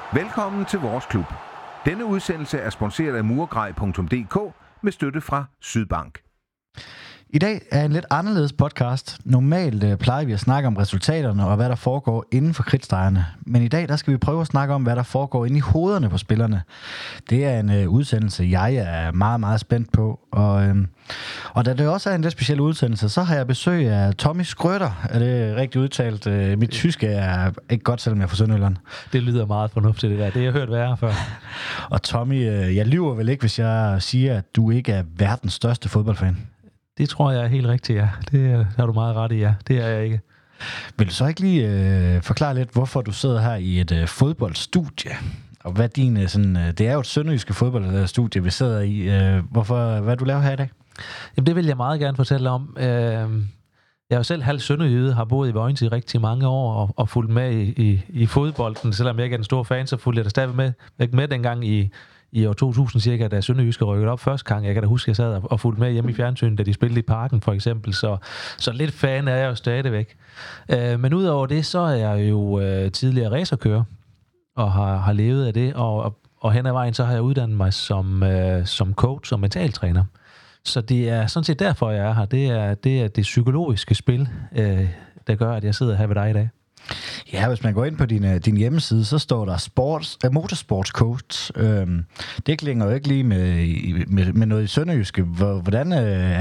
Velkommen til vores klub. Denne udsendelse er sponsoreret af Murgrej.dk med støtte fra Sydbank. I dag er en lidt anderledes podcast. Normalt plejer vi at snakke om resultaterne og hvad der foregår inden for kridtstregerne. Men i dag der skal vi prøve at snakke om, hvad der foregår inde i hovederne på spillerne. Det er en udsendelse, jeg er meget, meget spændt på. Og da det også er en lidt speciel udsendelse, så har jeg besøg af Tommy Schröder. Er det rigtigt udtalt? Mit tyske er ikke godt, selvom jeg er fra Sønderjylland. Det lyder meget fornuftigt, det der. Det har jeg hørt værre før. Og Tommy, jeg lyver vel ikke, hvis jeg siger, at du ikke er verdens største fodboldfan? Det tror jeg er helt rigtigt, ja. Det har du meget ret i, ja. Det er jeg ikke. Vil du så ikke lige forklare lidt, hvorfor du sidder her i et fodboldstudie? Og hvad din sådan... det er jo et sønderjyske fodboldstudie, vi sidder i. Hvad du laver her i dag? Jamen, det vil jeg meget gerne fortælle om. Jeg er jo selv halv sønderjyde, har boet i Vojens i rigtig mange år og fulgt med i fodbolden. Selvom jeg ikke er en stor fan, så fulgte jeg da stadig med dengang i år 2000 cirka, da Sønderjyske rykkede op første gang. Jeg kan da huske, at jeg sad og fulgte med hjemme i fjernsynet, da de spillede i Parken for eksempel. Så lidt fan er jeg jo stadigvæk. Men udover det, så er jeg jo tidligere racerkører og har levet af det. Og hen ad vejen, så har jeg uddannet mig som coach og mentaltræner. Så det er sådan set derfor, jeg er her. Det er det psykologiske spil, der gør, at jeg sidder her ved dig i dag. Ja, hvis man går ind på din hjemmeside, så står der motorsportscoach. Det klinger jo ikke lige med noget i sønderjyske. Hvordan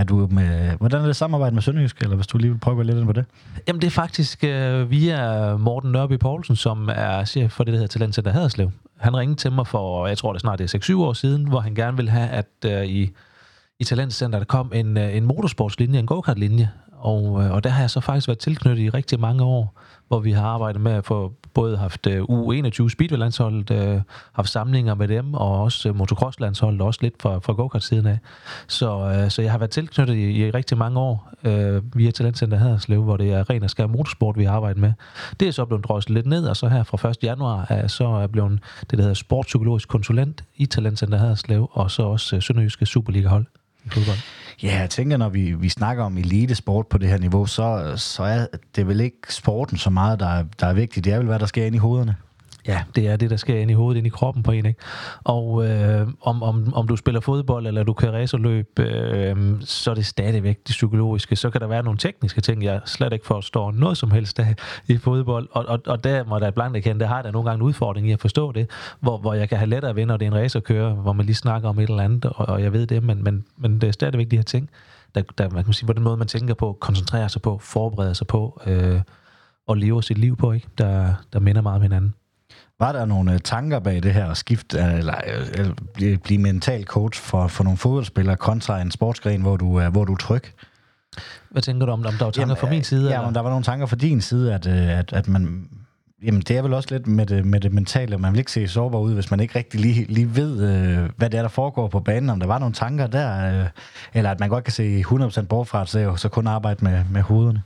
er det samarbejde med sønderjyske, eller hvis du lige vil prøve lidt ind på det? Jamen, det er faktisk via Morten Nørby Poulsen, som er chef for det, der hedder Talentcenter Haderslev. Han ringede til mig for, jeg tror det snart er 6-7 år siden, hvor han gerne ville have, at i Talentcenter der kom en motorsportslinje, en go-kart-linje. Og der har jeg så faktisk været tilknyttet i rigtig mange år, hvor vi har arbejdet med at få både haft U21 Speedway-landsholdet, haft samlinger med dem, og også motocross-landsholdet, også lidt fra go-kart-siden af. Så jeg har været tilknyttet i rigtig mange år via Talentcenter Haderslev, hvor det er ren og skær motorsport, vi har arbejdet med. Det er så blevet drosset lidt ned, og så her fra 1. januar så er blevet det, der hedder sportspsykologisk konsulent i Talentcenter Haderslev, og så også Sønderjyske Superliga-hold i fodbold. Ja, jeg tænker, når vi snakker om elitesport på det her niveau, så er det vel ikke sporten så meget, der er vigtigt. Det er vel, hvad der sker inde i hovederne. Ja, det er det, der sker inde i hovedet, inde i kroppen på en, ikke? Og om du spiller fodbold, eller du kører racerløb, så er det stadigvæk det psykologiske. Så kan der være nogle tekniske ting, jeg slet ikke forstår noget som helst af i fodbold. Og der må der blankt erkende, der har der nogle gange en udfordring i at forstå det, hvor jeg kan have lettere ved, når det er en racerkører, hvor man lige snakker om et eller andet, og jeg ved det, men det er stadigvæk de her ting, der man kan sige, på den måde, man tænker på, koncentrerer sig på, forbereder sig på, og lever sit liv på, ikke? Der minder meget om hinanden. Var der nogle tanker bag det her at skifte, eller blive mental coach for nogle fodboldspillere kontra en sportsgren, hvor du er tryg? Hvad tænker du om der var tanker fra min side? Ja, om der var nogle tanker fra din side, at man... Jamen, det er vel også lidt med det mentale, man vil ikke se sårbar ud, hvis man ikke rigtig lige ved, hvad det er, der foregår på banen, om der var nogle tanker der, eller at man godt kan se 100% bort fra at så kun arbejde med hovederne.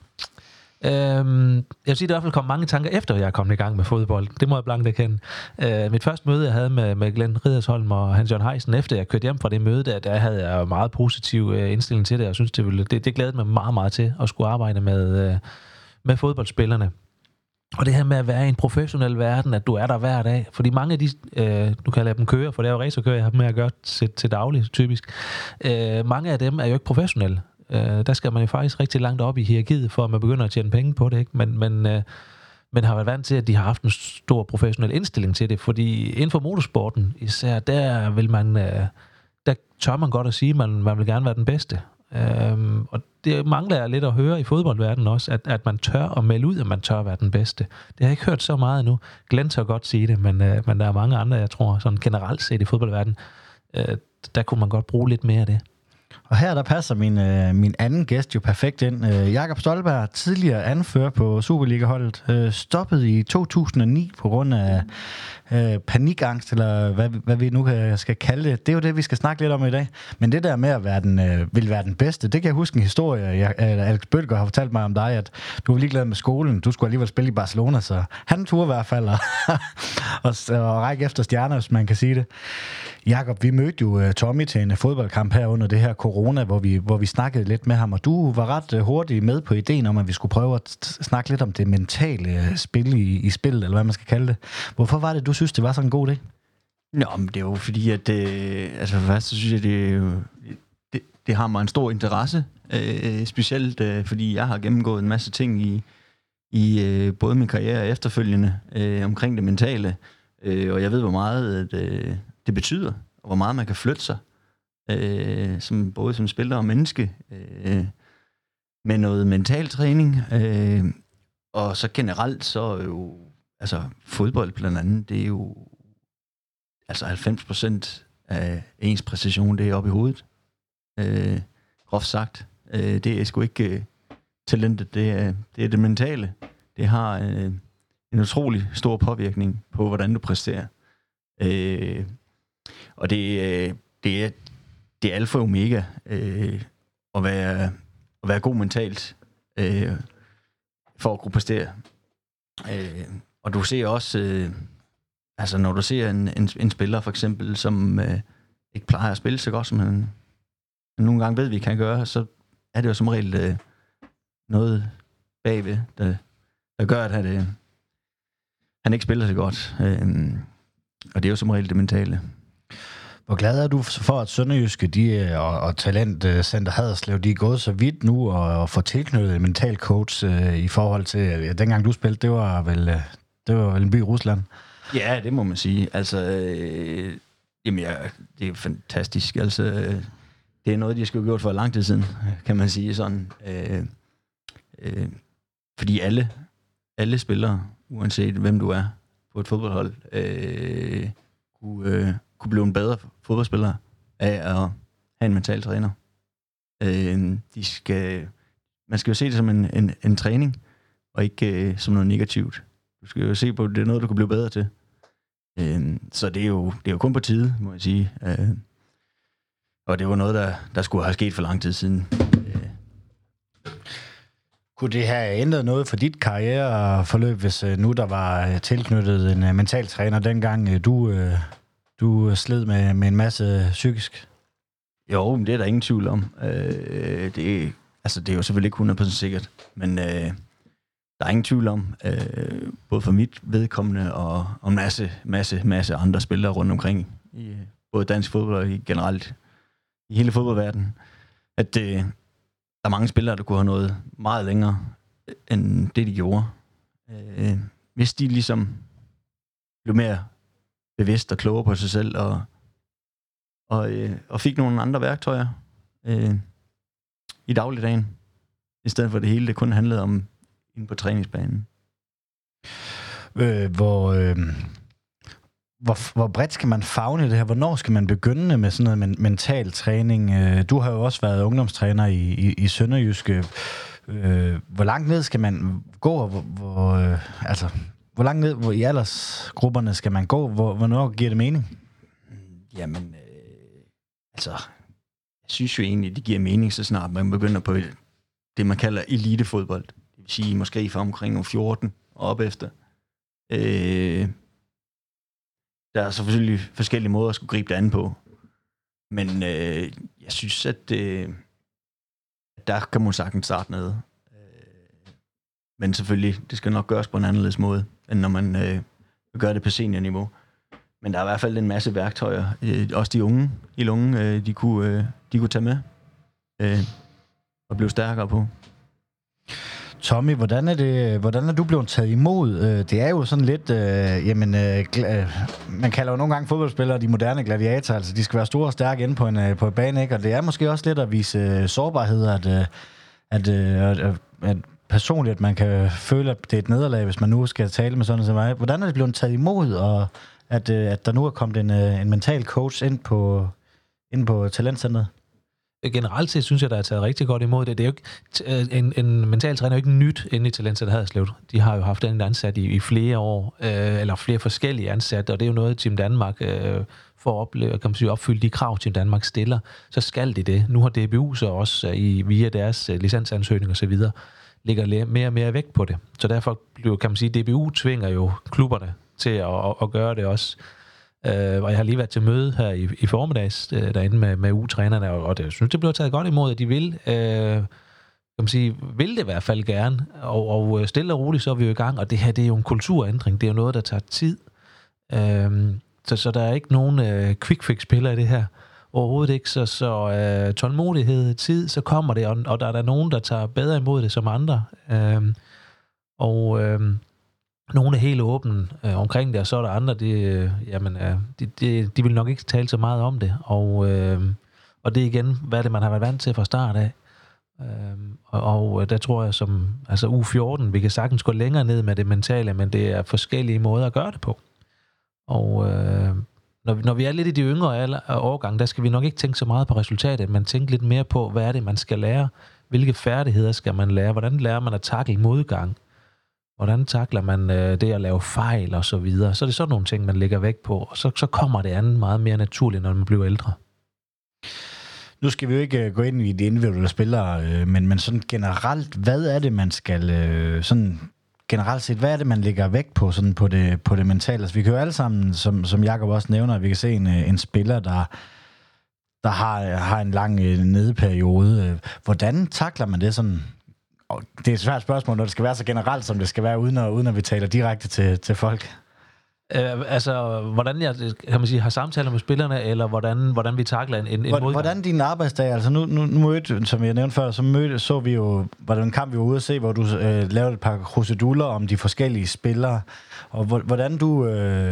Jeg vil sige, at der i hvert fald kom mange tanker efter, jeg er kommet i gang med fodbold. Det må jeg blankt erkende. Mit første møde, jeg havde med Glenn Riddersholm og Hans-Jørgen Heisen, efter jeg kørte hjem fra det møde, der havde jeg meget positiv indstilling til det. Jeg synes, det glædede mig meget, meget til at skulle arbejde med fodboldspillerne. Og det her med at være i en professionel verden, at du er der hver dag. Fordi mange af de, du kan lade dem køre, for det er jo racerkører, jeg har med at gøre til daglig, typisk. Mange af dem er jo ikke professionelle. Der skal man jo faktisk rigtig langt op i hierarkiet, for at man begynder at tjene penge på det, ikke? Men har været vant til, at de har haft en stor professionel indstilling til det, fordi inden for motorsporten især, der tør man godt at sige, at man vil gerne være den bedste. Og det mangler jeg lidt at høre i fodboldverdenen også, at man tør at melde ud, at man tør at være den bedste. Det har jeg ikke hørt så meget endnu. Glenn tør godt sige det, men der er mange andre, jeg tror, sådan generelt set i fodboldverdenen, der kunne man godt bruge lidt mere af det. Og her der passer min anden gæst jo perfekt ind. Jakob Stolberg, tidligere anfører på Superliga-holdet, stoppede i 2009 på grund af panikangst, eller hvad vi nu skal kalde det. Det er jo det, vi skal snakke lidt om i dag. Men det der med at vil være den bedste, det kan jeg huske en historie, Alex Bødker har fortalt mig om dig, at du var ligeglad med skolen. Du skulle alligevel spille i Barcelona, så han turde i hvert fald og række efter stjerner, hvis man kan sige det. Jakob, vi mødte jo Tommy til en fodboldkamp her under det her corona, hvor vi snakkede lidt med ham, og du var ret hurtigt med på ideen om, at vi skulle prøve at snakke lidt om det mentale spil i spillet, eller hvad man skal kalde det. Hvorfor var det, du synes, det var sådan en god idé? Nå, men det er jo fordi, at først så synes jeg, det har mig en stor interesse, specielt fordi jeg har gennemgået en masse ting i både min karriere og efterfølgende omkring det mentale, og jeg ved, hvor meget det betyder, og hvor meget man kan flytte sig, både som spiller og menneske, med noget mental træning, og så generelt så jo, altså fodbold blandt andet, det er jo altså 90% af ens præcision, det er oppe i hovedet. Groft sagt. Det er sgu ikke talentet, det er det mentale. Det har en utrolig stor påvirkning på, hvordan du præsterer. Og det er alfa og omega at være god mentalt for at kunne præstere. Og du ser også, altså når du ser en spiller for eksempel, som ikke plejer at spille så godt, som han nogle gange ved, vi kan gøre, så er det jo som regel noget bagved, der gør, at han ikke spiller så godt. Og det er jo som regel det mentale. Hvor glad er du for, at Sønderjyske og Talentcenter Haderslev, de er gået så vidt nu og får tilknyttet en mental coach i forhold til, dengang du spillede, det var vel en by i Rusland? Ja, det må man sige. Altså, det er fantastisk. Altså, det er noget, de skulle have gjort for lang tid siden, kan man sige sådan. Fordi alle spillere, uanset hvem du er på et fodboldhold, kunne blive en bedre fodboldspiller af at have en mental træner. Man skal jo se det som en træning, og ikke som noget negativt. Du skal jo se på, at det er noget, du kan blive bedre til. Så det er jo kun på tide, må jeg sige. Og det var noget, der skulle have sket for lang tid siden. Kunne det have ændret noget for dit karriereforløb, hvis nu der var tilknyttet en mental træner, dengang du sled med en masse psykisk? Jo, men det er der ingen tvivl om. Det er jo selvfølgelig ikke 100% sikkert, men der er ingen tvivl om, både for mit vedkommende og en masse andre spillere rundt omkring, i både dansk fodbold og generelt i hele fodboldverdenen, at der er mange spillere, der kunne have noget meget længere, end det de gjorde. Hvis de ligesom blev mere bevidst og klogere på sig selv, og fik nogle andre værktøjer i dagligdagen, i stedet for det hele, det kun handlede om inde på træningsbanen. Hvor bredt skal man favne det her? Hvornår skal man begynde med sådan noget mental træning? Du har jo også været ungdomstræner i Sønderjyske. Hvor langt ned skal man gå? Hvor langt ned i aldersgrupperne skal man gå? Hvornår giver det mening? Jamen, jeg synes jo egentlig, det giver mening, så snart man begynder på det, man kalder elitefodbold. Det vil sige, måske fra omkring 14 og op efter. Der er så selvfølgelig forskellige måder at skulle gribe det an på. Men jeg synes, at der kan man sagtens starte med. Men selvfølgelig, det skal nok gøres på en anderledes måde, end når man gør det på seniorniveau. Men der er i hvert fald en masse værktøjer. Også de unge i Lungen, de kunne tage med og blive stærkere på. Tommy, hvordan er du blevet taget imod? Det er jo sådan lidt, man kalder jo nogle gange fodboldspillere de moderne gladiatorer, altså de skal være store og stærke inde på en bane, ikke? Og det er måske også lidt at vise sårbarhed, at personligt, at man kan føle, at det er et nederlag, hvis man nu skal tale med sådan som mig. Hvordan er det blevet taget imod, og at der nu er kommet en mental coach ind på Talentcenteret? Generelt set synes jeg, der er taget rigtig godt imod det. Det er jo ikke, en mental træner er jo ikke nyt inde i Talentcenter Haderslev. De har jo haft den ansat i flere år, eller flere forskellige ansatte, og det er jo noget, Team Danmark for at opleve, kan man sige, opfylde de krav, Team Danmark stiller, så skal de det. Nu har DBU så også via deres licensansøgning og så videre, ligger mere og mere vægt på det. Så derfor kan man sige, DBU tvinger jo klubberne til at gøre det også. Og jeg har lige været til møde her i formiddags derinde med ugetrænerne, og jeg synes, det blev taget godt imod, at de vil. Kan man sige, vil det i hvert fald gerne. Og stille og roligt, så er vi jo i gang, og det her, det er jo en kulturændring. Det er jo noget, der tager tid. Så der er ikke nogen quick fix-piller i det her. Overhovedet ikke. Så tålmodighed, tid, så kommer det, og der er der nogen, der tager bedre imod det som andre. Nogle er helt åbne omkring det, og så er der andre, de vil nok ikke tale så meget om det. Og det er igen, hvad er det, man har været vant til fra start af. Og der tror jeg, som uge 14, vi kan sagtens gå længere ned med det mentale, men det er forskellige måder at gøre det på. Og når vi er lidt i de yngre årgange, der skal vi nok ikke tænke så meget på resultatet, men tænke lidt mere på, hvad er det, man skal lære? Hvilke færdigheder skal man lære? Hvordan lærer man at tackle modgang? Hvordan takler man det at lave fejl og så videre? Så er det sådan nogle ting, man lægger vægt på, og så kommer det andet meget mere naturligt, når man bliver ældre. Nu skal vi jo ikke gå ind i de individuelle spillere, men sådan generelt, hvad er det, man skal sådan generelt set, hvad er det, man lægger vægt på sådan på det mentale? Altså, vi kan jo alle sammen, som Jakob også nævner, at vi kan se en spiller, der har en lang nedeperiode. Hvordan takler man det sådan? Det er et svært spørgsmål, når det skal være så generelt, som det skal være, uden at vi taler direkte til folk. Hvordan jeg, kan man sige, har samtaler med spillerne, eller hvordan vi takler en modgang? Hvordan din arbejdsdag, altså nu mødte, som jeg nævnte før, så vi jo, hvordan kamp vi var ude at se, hvor du lavede et par kruseduller om de forskellige spillere, og hvordan du,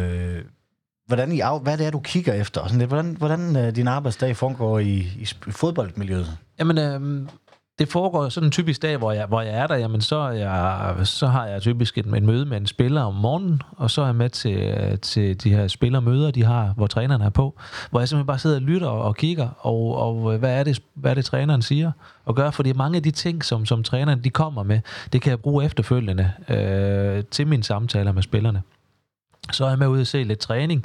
hvad det er, du kigger efter, og sådan lidt, hvordan din arbejdsdag foregår i fodboldmiljøet? Jamen, det foregår sådan en typisk dag, hvor jeg er der, jamen så har jeg typisk et møde med en spiller om morgenen, og så er jeg med til de her spillermøder, de har, hvor træneren er på, hvor jeg simpelthen bare sidder og lytter og kigger, og hvad er det træneren siger og gør, fordi mange af de ting, som træneren de kommer med, det kan jeg bruge efterfølgende til mine samtaler med spillerne. Så er jeg med ude at se lidt træning,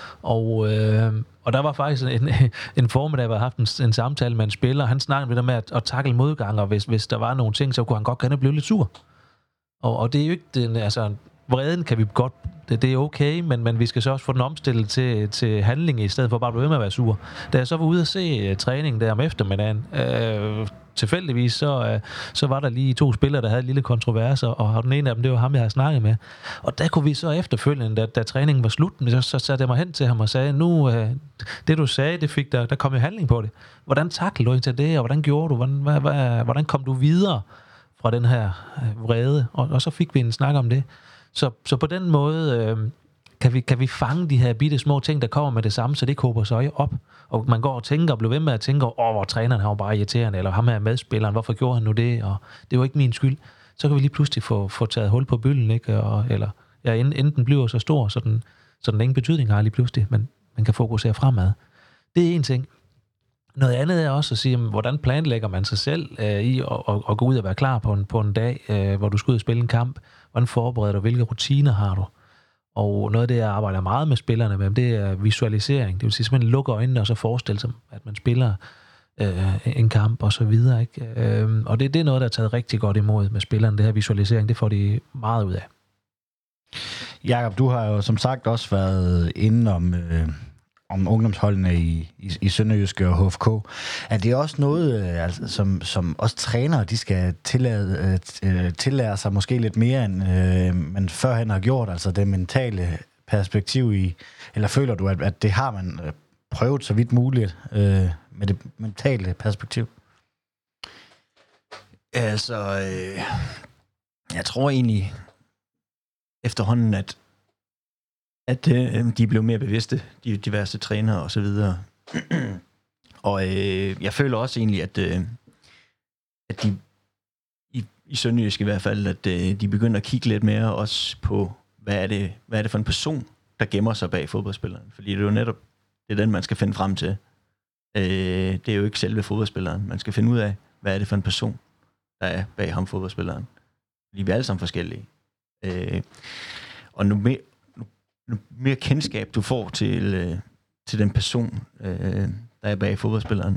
og der var faktisk en formiddag, hvor jeg haft en samtale med en spiller, og han snakkede lidt om at tackle modgang, og hvis der var nogle ting, så kunne han godt blive lidt sur. Og det er jo ikke vreden kan vi godt, det er okay, men vi skal så også få den omstillet til handling, i stedet for bare at blive ved med at være sur. Da jeg så var ude at se træningen der om eftermiddagen, tilfældigvis, så var der lige 2 spillere, der havde en lille kontrovers, og den ene af dem, det var ham, jeg havde snakket med. Og der kunne vi så efterfølgende, da træningen var slut, så satte jeg mig hen til ham og sagde, nu, det du sagde, det fik der kom jo handling på det. Hvordan taklede du til det, og hvordan gjorde du? Hvordan kom du videre fra den her vrede? Og så fik vi en snak om det. Så på den måde kan vi fange de her bitte små ting, der kommer med det samme, så det ikke håber sig op. Og man går og tænker og bliver ved med at tænke, hvor træneren har jo bare irriterende, eller ham her medspilleren, hvorfor gjorde han nu det? Og det var ikke min skyld. Så kan vi lige pludselig få taget hul på bølgen, ikke? Inden den bliver så stor, så den ingen betydning har lige pludselig, men man kan fokusere fremad. Det er en ting. Noget andet er også at sige, hvordan planlægger man sig selv i at gå ud og være klar på en dag, hvor du skal ud og spille en kamp. Hvordan forbereder du? Hvilke rutiner har du? Og noget af det, jeg arbejder meget med spillerne med, det er visualisering. Det vil sige, at man lukker øjnene og så forestiller sig, at man spiller en kamp og så videre. Ikke? Og det er noget, der er taget rigtig godt imod med spillerne. Det her visualisering, det får de meget ud af. Jakob, du har jo som sagt også været inde om ungdomsholdene i Sønderjyske og HFK. Er det også noget, som også trænere, de skal tillære sig måske lidt mere, end man førhen har gjort, altså det mentale perspektiv eller føler du, at det har man prøvet så vidt muligt med det mentale perspektiv? Altså, jeg tror egentlig efterhånden, at de blev mere bevidste, de diverse trænere og så videre. Og jeg føler også egentlig, at de i Sønderjysk i hvert fald, at de begynder at kigge lidt mere også på, hvad er det for en person, der gemmer sig bag fodboldspilleren. Fordi det er jo netop, det er den, man skal finde frem til. Det er jo ikke selve fodboldspilleren. Man skal finde ud af, hvad er det for en person, der er bag ham fodboldspilleren. Fordi vi er alle sammen forskellige. Og nu mere kendskab du får til den person, der er bag fodboldspilleren,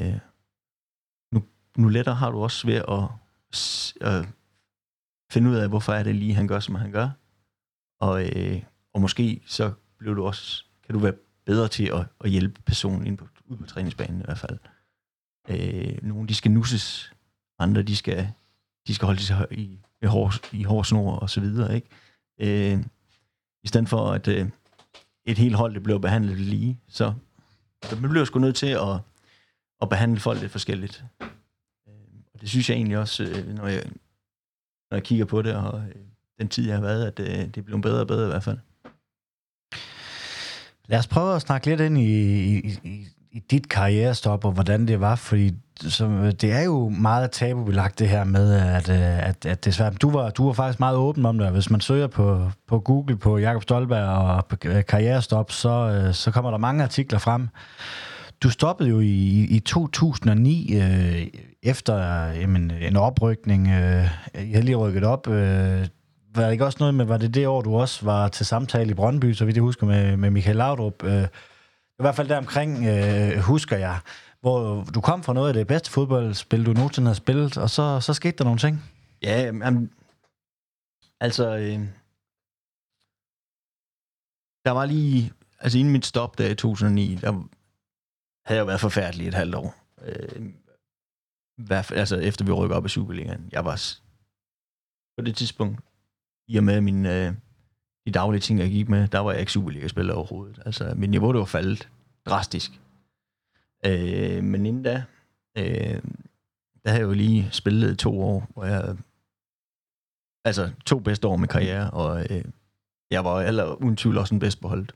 nu lettere har du også ved at finde ud af, hvorfor er det lige, han gør, som han gør. Og måske så kan kan du være bedre til at hjælpe personen ud på træningsbanen i hvert fald. Nogle, de skal nusses, andre, de skal holde sig i hård snor og så videre, ikke? I stedet for, at et helt hold, det bliver behandlet lige, så man bliver sgu nødt til at behandle folk lidt forskelligt. Og det synes jeg egentlig også, når jeg kigger på det, og den tid, jeg har været, at det bliver bedre og bedre i hvert fald. Lad os prøve at snakke lidt ind i dit karrierestop, og hvordan det var, fordi det er jo meget tabubelagt det her med, at det er svært. Du var faktisk meget åben om det, hvis man søger på Google på Jakob Stolberg og på karrierestop, så kommer der mange artikler frem. Du stoppede jo i 2009 efter en oprykning. Jeg havde lige rykket op. Var det ikke også noget med, var det år, du også var til samtale i Brøndby, så vidt jeg husker, med Michael Laudrup? I hvert fald deromkring husker jeg, hvor du kom fra noget af det bedste fodboldspil, du nogensinde har spillet, og så skete der nogle ting. Ja, der var lige, inden mit stop der i 2009, der havde jeg været forfærdelig et halvt år. Efter vi rykker op i Superligaen. Jeg var på det tidspunkt, i og med de daglige ting, jeg gik med, der var jeg ikke Superliga-spiller overhovedet. Mit niveau, det var faldet drastisk. Men inden da, der havde jeg jo lige spillet 2 år, hvor jeg 2 bedste år med karriere, og jeg var uden tvivl også den bedste på holdet.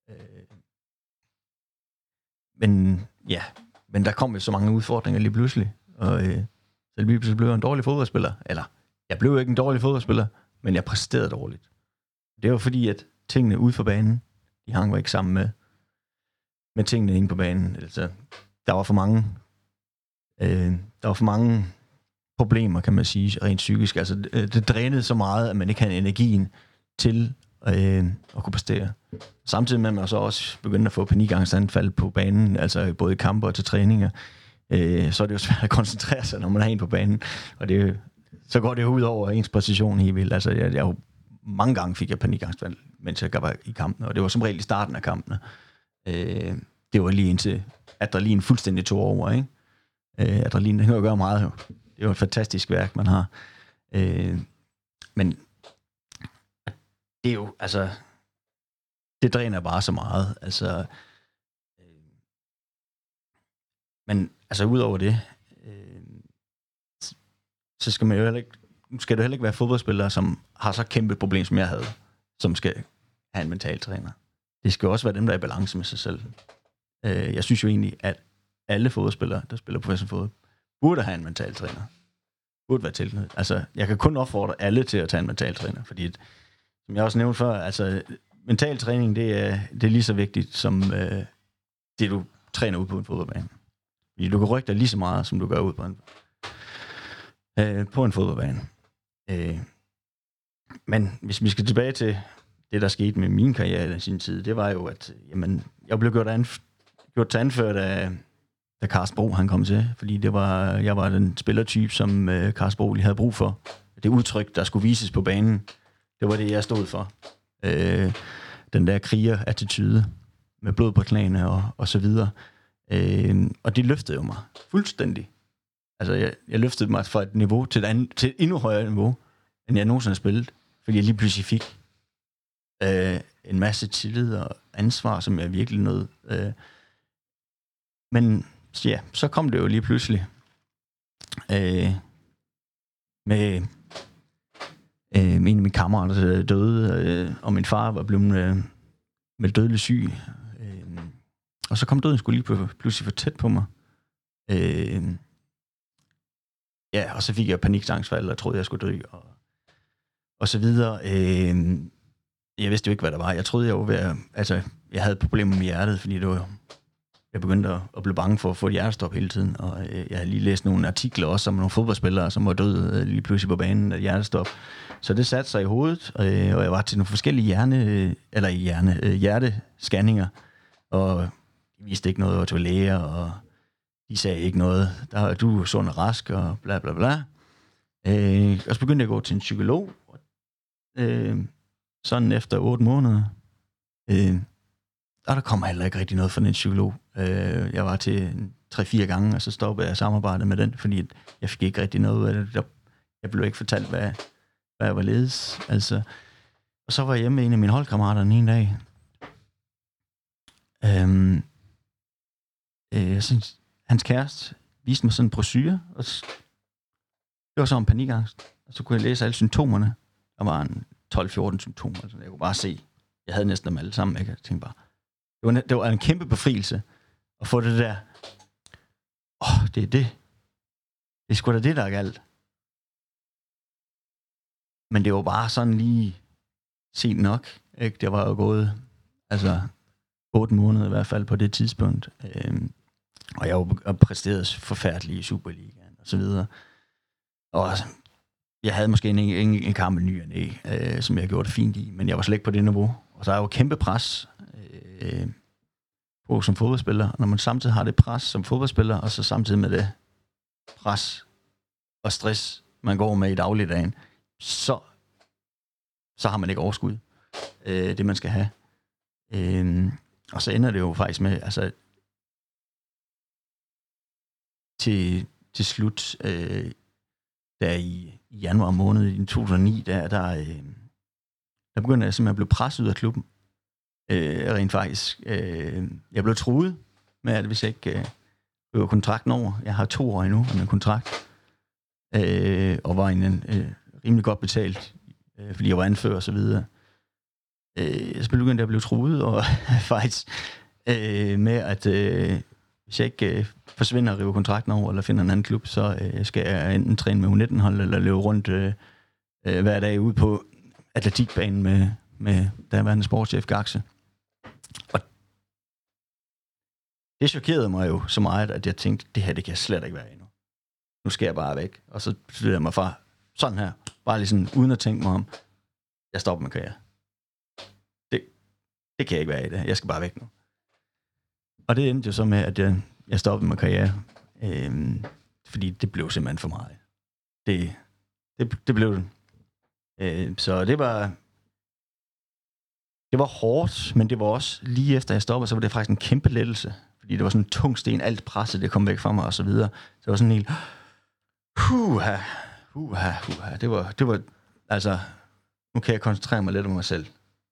Men der kom jo så mange udfordringer lige pludselig, og så lige pludselig blev jeg en dårlig fodboldspiller. Eller, jeg blev ikke en dårlig fodboldspiller, men jeg præsterede dårligt. Det var fordi, at tingene ude for banen, de hang ikke sammen med tingene inde på banen. Der var for mange problemer, kan man sige, rent psykisk. Det drænede så meget, at man ikke havde energien til at kunne præstere. Samtidig med, at man så også begyndte at få panikangstanfald på banen, både i kampe og til træninger, så er det jo svært at koncentrere sig, når man er en på banen. Og så går det jo ud over ens præcision helt vildt. Jeg mange gange fik jeg panikangstanfald, mens jeg var i kampen, og det var som regel i starten af kampene. Det var lige indtil adrenalin fuldstændig tog over, ikke? Adrenalin, det kan jo gøre meget. Det er jo et fantastisk værk, man har. Men det er jo, det dræner bare så meget. Men ud over det, så skal man jo heller ikke, skal du heller ikke være fodboldspiller, som har så kæmpe problem, som jeg havde, som skal have en mental træner. Det skal også være dem, der er i balance med sig selv. Jeg synes jo egentlig, at alle fodboldspillere, der spiller professionel fodbold, burde have en mental træner. Burde være tilknyttet. Jeg kan kun opfordre alle til at tage en mental træner, fordi, som jeg også nævnte før, mental træning, det er lige så vigtigt, som det, du træner ud på en fodboldbane. Fordi du kan rykke dig lige så meget, som du gør ud på en fodboldbane. Men hvis vi skal tilbage til det, der skete med min karriere i sin tid, det var jo, at jeg blev gjort til anført da Carsten Bro han kom til, fordi jeg var den spillertype, som Carsten Bro lige havde brug for. Det udtryk, der skulle vises på banen, det var det, jeg stod for. Den der kriger-attitude med blod på knæene og så videre. Og det løftede jo mig fuldstændig. Jeg løftede mig fra et niveau til et endnu højere niveau, end jeg nogensinde har spillet, fordi jeg lige pludselig fik en masse tillid og ansvar, som jeg virkelig nåede. Men ja, så kom det jo lige pludselig med en af mine kammerater, der døde, og min far var blevet med dødelig syg. Og så kom døden skulle lige pludselig for tæt på mig. Og så fik jeg panikangstfald, og troede, jeg skulle dø, og så videre. Jeg vidste jo ikke, hvad der var. Jeg troede, jeg var ved jeg havde problemer med hjertet, fordi jeg begyndte at blive bange for at få et hjertestop hele tiden, og jeg havde lige læst nogle artikler også om nogle fodboldspillere, som var døde lige pludselig på banen af hjertestop. Så det satte sig i hovedet, og jeg var til nogle forskellige hjertescanninger, og de viste ikke noget over til læger, og de sagde ikke noget. Du er sund og rask, og bla bla bla. Og så begyndte jeg at gå til en psykolog, sådan efter 8 måneder. der kommer heller ikke rigtig noget fra den psykolog. Jeg var til 3-4 gange, og så stoppede jeg samarbejdet med den, fordi jeg fik ikke rigtig noget af det. Jeg blev ikke fortalt, hvad jeg var ledes. Altså. Og så var jeg hjemme med en af mine holdkammerater en dag. Jeg synes, hans kæreste viste mig sådan en brochure, og det var så en panikangst. Og så kunne jeg læse alle symptomerne. Der var en 12-14 symptomer, så jeg kunne bare se. Jeg havde næsten dem alle sammen, ikke? Jeg tænkte bare, det var en kæmpe befrielse at få det der. Det er det. Det er sgu da det, der er galt. Men det var bare sådan lige sent nok, ikke? Det var jo gået, 8 måneder i hvert fald på det tidspunkt. Og jeg var præsteret forfærdeligt i Superligaen og så videre. Og jeg havde måske en kamp ny og næ, som jeg gjorde det fint i, men jeg var slet ikke på det niveau. Og så er jo kæmpe pres på som fodboldspiller. Når man samtidig har det pres som fodboldspiller, og så samtidig med det pres og stress, man går med i dagligdagen, så har man ikke overskud, det man skal have. Og så ender det jo faktisk med, til slut, der i januar måned i 2009, der begyndte jeg simpelthen at blive presset ud af klubben. Rent faktisk. Jeg blev truet med, at hvis jeg ikke øver kontrakten over, jeg har 2 år endnu af min kontrakt, og var rimelig godt betalt, fordi jeg var anfører og så videre. Så begyndte jeg at blive truet, og faktisk med, at hvis jeg ikke forsvinder og river kontrakten over, eller finder en anden klub, så skal jeg enten træne med U19-hold, eller løbe rundt hver dag ude på atletikbanen med daværende sportschef Gaxe. Og det chokerede mig jo så meget, at jeg tænkte, det her, det kan jeg slet ikke være endnu. Nu skal jeg bare væk. Og så flyttede jeg mig fra sådan her, bare lige sådan, uden at tænke mig om, jeg stopper med karriere. Det kan jeg ikke være i det. Jeg skal bare væk nu. Og det endte jo så med, at jeg stoppede med karriere. Fordi det blev simpelthen for meget. Det blev det. Så det var hårdt, men det var også lige efter jeg stoppede, så var det faktisk en kæmpe lettelse. Fordi det var sådan en tung sten, alt presset, det kom væk fra mig og så videre. Så det var sådan en helt, det var, altså, nu kan jeg koncentrere mig lidt om mig selv.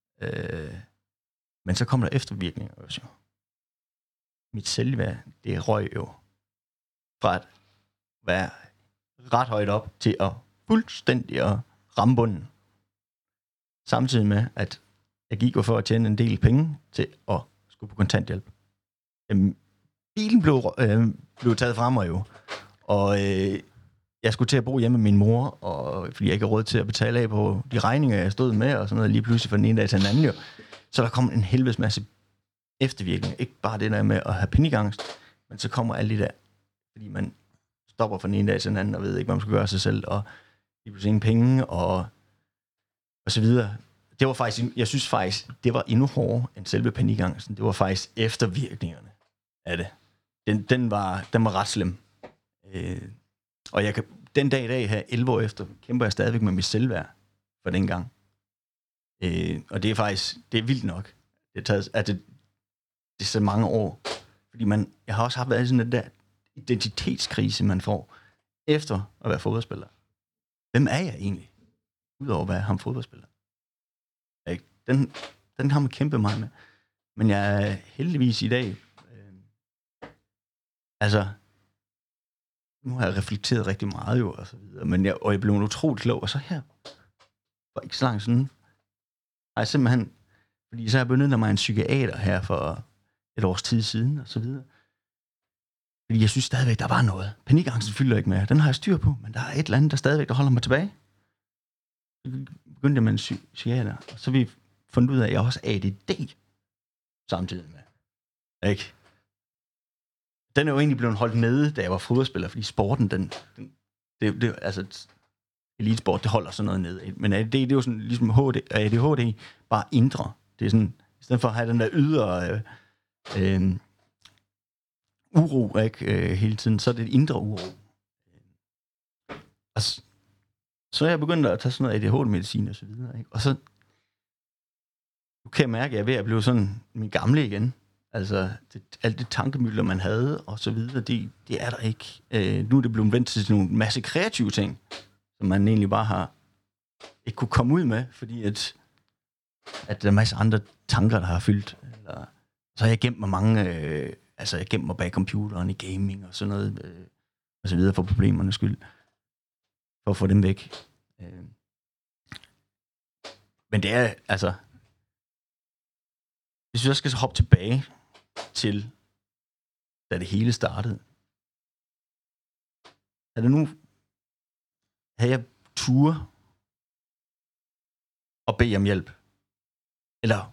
Men så kom der eftervirkninger også jo. Mit selvværd, det røg jo fra at være ret højt op til at fuldstændig at ramme bunden. Samtidig med, at jeg gik for at tjene en del penge til at skulle på kontanthjælp. Bilen blev taget fra mig jo, og jeg skulle til at bo hjemme med min mor, og fordi jeg ikke havde råd til at betale af på de regninger, jeg stod med, og sådan noget lige pludselig fra den ene dag til den anden jo. Så der kom en helvedes masse eftervirkninger. Ikke bare det der med at have panikangst, men så kommer alle de der, fordi man stopper fra den ene dag til den anden, og ved ikke, hvad man skal gøre sig selv, og lige pludselig ingen penge, og så videre. Det var faktisk, jeg synes faktisk, det var endnu hårdere end selve panikangsten. Det var faktisk eftervirkningerne af det. Den var ret slem. Og jeg kan, den dag i dag her, 11 år efter, kæmper jeg stadigvæk med mit selvværd for den gang. Og det er faktisk, det er vildt nok. Det er så mange år. Fordi jeg har også haft været sådan en der identitetskrise, man får efter at være fodboldspiller. Hvem er jeg egentlig? Udover at være ham fodboldspiller. Den har man kæmpet meget med. Men jeg er heldigvis i dag, nu har jeg reflekteret rigtig meget jo, og så videre, men jeg blev utroligt klog, og så her, for ikke så langt siden, har jeg simpelthen, fordi så har jeg benyttet mig af en psykiater her for et års tid siden, og så videre. Fordi jeg synes stadigvæk, der var noget. Panikangsten fylder ikke mere. Den har jeg styr på, men der er et eller andet, der stadigvæk, der holder mig tilbage. Så begyndte jeg med en psykiater, og så vi fundet ud af, at jeg også ADD samtidig med. Ikke? Den er jo egentlig blevet holdt nede, da jeg var fodboldspiller, fordi sporten, det altså elitesport, det holder sådan noget nede. Men ADD, det er jo sådan ligesom ADHD, bare indre. Det er sådan, i stedet for at have den der ydre uro, ikke, hele tiden, så er det indre uro. Og så er jeg begyndt at tage sådan noget ADHD-medicin og så videre, ikke? Og så nu kan jeg mærke, at jeg er ved at blive sådan min gamle igen. Altså, alt det tankemylder, man havde, og så videre, det er der ikke. Nu er det blevet vendt til nogle masse kreative ting, som man egentlig bare har ikke kunne komme ud med, fordi at der er en masse andre tanker, der har fyldt. Eller, så har jeg gemt mig mange... jeg gemt mig bag computeren i gaming og sådan noget, og så videre for problemernes skyld. For at få dem væk. Men det er, altså... Hvis jeg skal hoppe tilbage til, da det hele startede. Havde jeg ture og bede om hjælp? Eller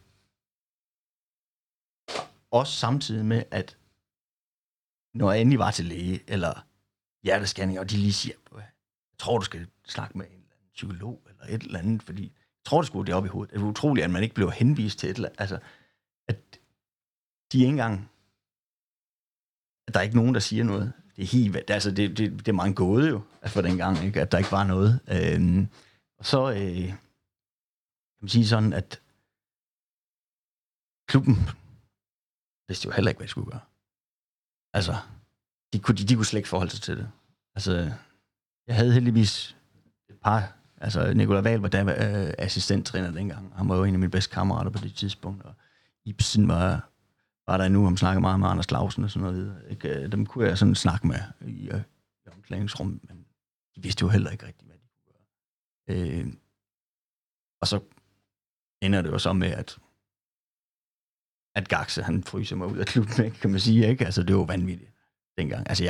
også samtidig med, at når jeg endelig var til læge, eller hjertescanning, og de lige siger, jeg tror, du skal snakke med en eller anden psykolog, eller et eller andet, fordi jeg tror, det skulle det op i hovedet. Det er utroligt, at man ikke bliver henvist til et eller andet. Altså, at de ikke engang... At der er ikke nogen, der siger noget. Det er helt... Altså, det er meget en gåde jo, for den gang, ikke? At der ikke var noget. Og så kan man sige sådan, at klubben vidste jo heller ikke, hvad de skulle gøre. Altså, de kunne slet ikke forholde sig til det. Altså, jeg havde heldigvis et par... Altså, Nicolai Wahl var assistenttræner dengang. Han var jo en af mine bedste kammerater på det tidspunkt, og Ibsen var der endnu, han snakkede meget med Anders Clausen og sådan noget. Ikke? Dem kunne jeg sådan snakke med i omklædningsrum, men de vidste jo heller ikke rigtigt, hvad de kunne gøre. Og så ender det jo så med, at Gaxe, han fryser mig ud af klubben, ikke? Kan man sige, ikke? Altså, det var vanvittigt dengang. Altså,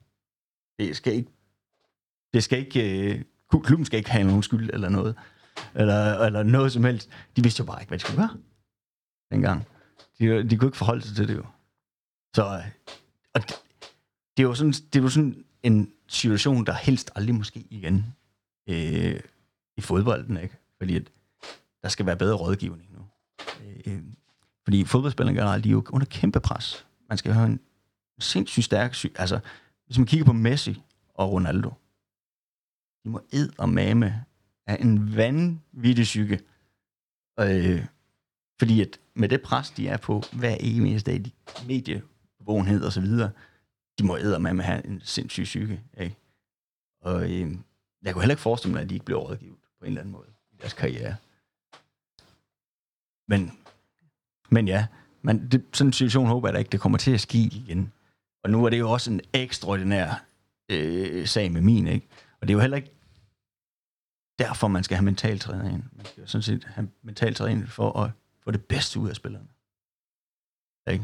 klubben skal ikke have nogen skyld eller noget. Eller noget som helst. De vidste jo bare ikke, hvad de skulle gøre dengang. De kunne ikke forholde sig til det jo. Så, og det er jo sådan en situation, der helst aldrig måske igen i fodbolden, ikke? Fordi at der skal være bedre rådgivning nu. Fordi fodboldspillere generelt, de er jo under kæmpe pres. Man skal have en sindssygt stærk altså, hvis man kigger på Messi og Ronaldo, de må eddermame af en vanvittig psyke. Fordi at med det pres, de er på hver eneste dag, medievågenhed og så videre, de må eddermame have en sindssyg psyke. Ikke? Og jeg kunne heller ikke forestille mig, at de ikke blev rådgivet på en eller anden måde i deres karriere. Men ja, sådan en situation håber jeg da ikke, det kommer til at ske igen. Og nu er det jo også en ekstraordinær sag med min, ikke? Og det er jo heller ikke derfor, man skal have mentaltræner ind. Man skal jo sådan set have mentaltræner for at få det bedste ud af spillerne. Ikke?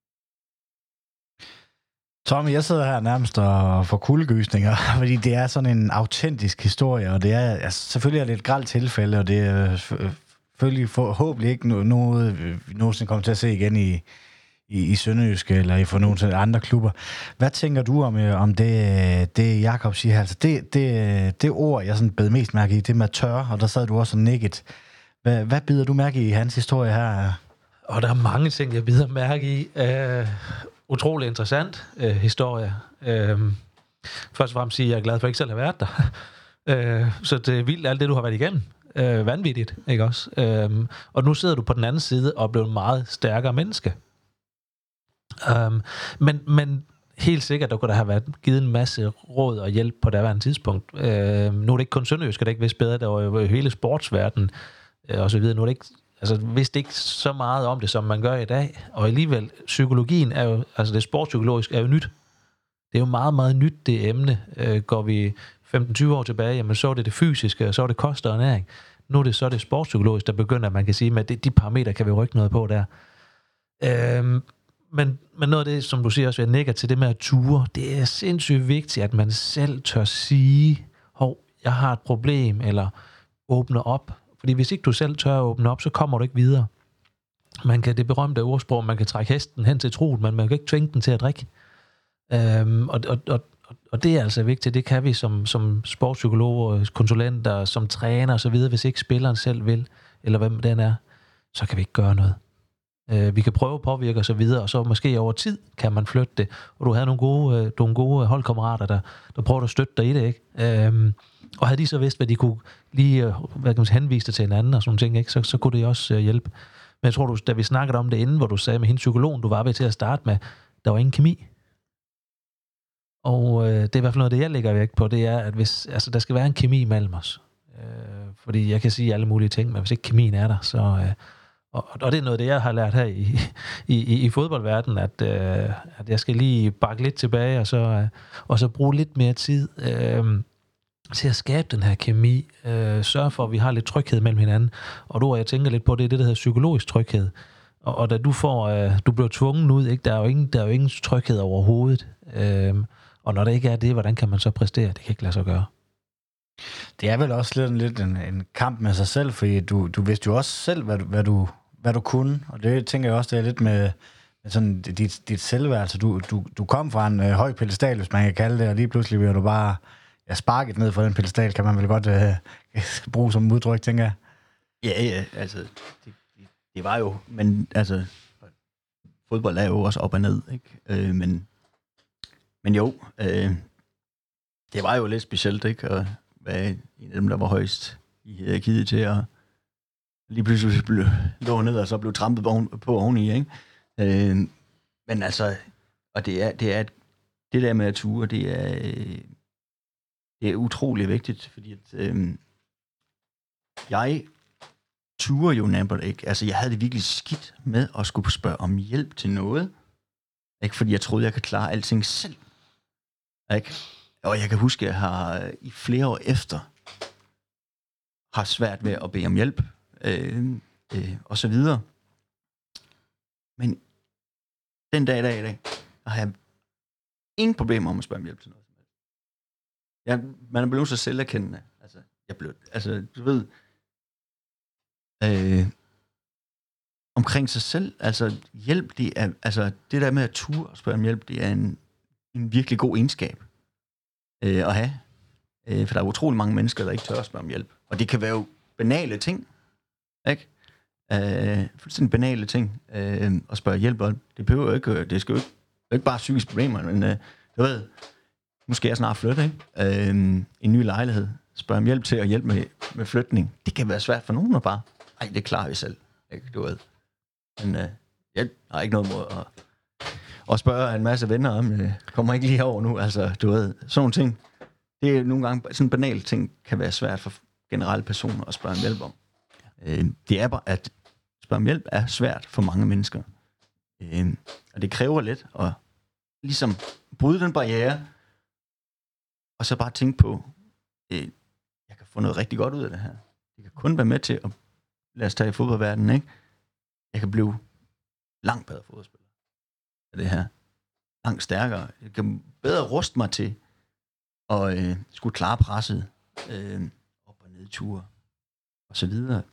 Tommy, jeg sidder her nærmest og får kuldegysninger, fordi det er sådan en autentisk historie, og det er selvfølgelig er det et grelt tilfælde, og det er selvfølgelig forhåbentlig ikke noget, vi nogensinde kommer til at se igen i Sønderjyske eller for nogle andre klubber. Hvad tænker du om det Jakob siger her? Altså det ord, jeg sådan bed mest mærke i, det med tør, og der sad du også og nikket. Hvad bider du mærke i hans historie her? Og der er mange ting, jeg bider mærke i. Utrolig interessant historie. Først og fremmest sige, at jeg er glad for, at jeg ikke selv har været der. Så det er vildt alt det, du har været igennem. Vanvittigt, ikke også? Og nu sidder du på den anden side og er blevet en meget stærkere menneske. Men helt sikkert, der kunne der have været givet en masse råd og hjælp på daværende tidspunkt. Nu er det ikke kun Sønderjysk, det ikke vidst bedre, der var jo hele sportsverdenen og så videre. Nu er det ikke, altså vidste ikke så meget om det, som man gør i dag. Og alligevel, psykologien er jo, altså det sportspsykologisk er jo nyt. Det er jo meget, meget nyt, det emne. Går vi 15-20 år tilbage, jamen så er det fysiske, og så er det kost og ernæring. Nu er det så det sportspsykologisk, der begynder, at man kan sige, at de parametre kan vi rykke noget på der. Men noget af det, som du siger også, jeg nikker til det med at ture, det er sindssygt vigtigt, at man selv tør sige, jeg har et problem, eller åbne op. Fordi hvis ikke du selv tør at åbne op, så kommer du ikke videre. Man kan det berømte ordsprog, man kan trække hesten hen til troet, men man kan ikke tvinge den til at drikke. Og det er altså vigtigt. Det kan vi som sportspsykologer, konsulenter, som træner og så videre. Hvis ikke spilleren selv vil, eller hvem den er, så kan vi ikke gøre noget. Vi kan prøve at påvirke og så videre, og så måske over tid kan man flytte det. Og du havde nogle gode holdkammerater, der prøvede at støtte dig i det, ikke? Og havde de så vidst, hvad de kunne lige henvise det til en anden og sådan ting, ikke? Så kunne det også hjælpe. Men jeg tror, da vi snakkede om det inden, hvor du sagde med hende psykologen, du var ved til at starte med, der var ingen kemi. Og det er i hvert fald noget, det jeg lægger vægt på, det er, at der skal være en kemi mellem os. Fordi jeg kan sige alle mulige ting, men hvis ikke kemien er der, så... Og det er noget, det jeg har lært her i fodboldverdenen, at jeg skal lige bakke lidt tilbage, og så bruge lidt mere tid til at skabe den her kemi. Sørge for, at vi har lidt tryghed mellem hinanden. Og jeg tænker lidt på, det er det, der hedder psykologisk tryghed. Og da du bliver tvungen ud, ikke? Der er jo ingen tryghed overhovedet. Og når der ikke er det, hvordan kan man så præstere? Det kan ikke lade sig gøre. Det er vel også lidt en kamp med sig selv, fordi du vidste jo også selv, hvad du kunne, og det tænker jeg også, det er lidt med sådan dit selvværelse. Du kom fra en høj pedestal, hvis man kan kalde det, og lige pludselig bliver du bare sparket ned fra den pedestal, kan man vel godt bruge som udtryk, tænker jeg. Ja, altså, det var jo, men altså, fodbold er jo også op og ned, ikke? Men jo, det var jo lidt specielt, ikke? At være en af dem, der var højst i hierarkiet til at lige pludselig lå ned og så blev trampet på oveni, ikke? Men altså, og det er det der med at ture, det er utrolig vigtigt, fordi at jeg turer jo nærmere ikke. Altså, jeg havde det virkelig skidt med at skulle spørge om hjælp til noget, ikke? Fordi jeg troede, jeg kan klare alting selv, ikke? Og jeg kan huske, at jeg har i flere år efter har svært ved at bede om hjælp, og så videre. Men den dag i dag, der har jeg ingen problemer om at spørge om hjælp til noget. Man er blevet så selverkendende. Du ved, omkring sig selv, altså hjælp, det er, altså det der med at ture og spørge om hjælp, det er en virkelig god egenskab at have. For der er utrolig mange mennesker, der ikke tør at spørge om hjælp. Og det kan være jo banale ting, ikke? Fuldstændig banale ting at spørge hjælp om. Det behøver jo ikke, det skal jo ikke bare psykiske problemer, men du ved, nu skal jeg snart flytte, ikke? En ny lejlighed. Spørge om hjælp til at hjælpe med flytning. Det kan være svært for nogen at bare, det klarer vi selv, ikke? Du ved. Men jeg har ikke noget mod at spørge en masse venner om, kommer ikke lige herover nu, altså, du ved, sådan nogle ting. Det er nogle gange, sådan banale ting kan være svært for generelle personer at spørge om hjælp om. Det er bare, at spørge om hjælp er svært for mange mennesker. Og det kræver lidt at ligesom bryde den barriere, og så bare tænke på, jeg kan få noget rigtig godt ud af det her. Jeg kan kun være med til at, lad os tage i fodboldverdenen, ikke? Jeg kan blive langt bedre fodboldspiller af det her. Langt stærkere. Jeg kan bedre ruste mig til at skulle klare presset, op- og nedture, og så videre.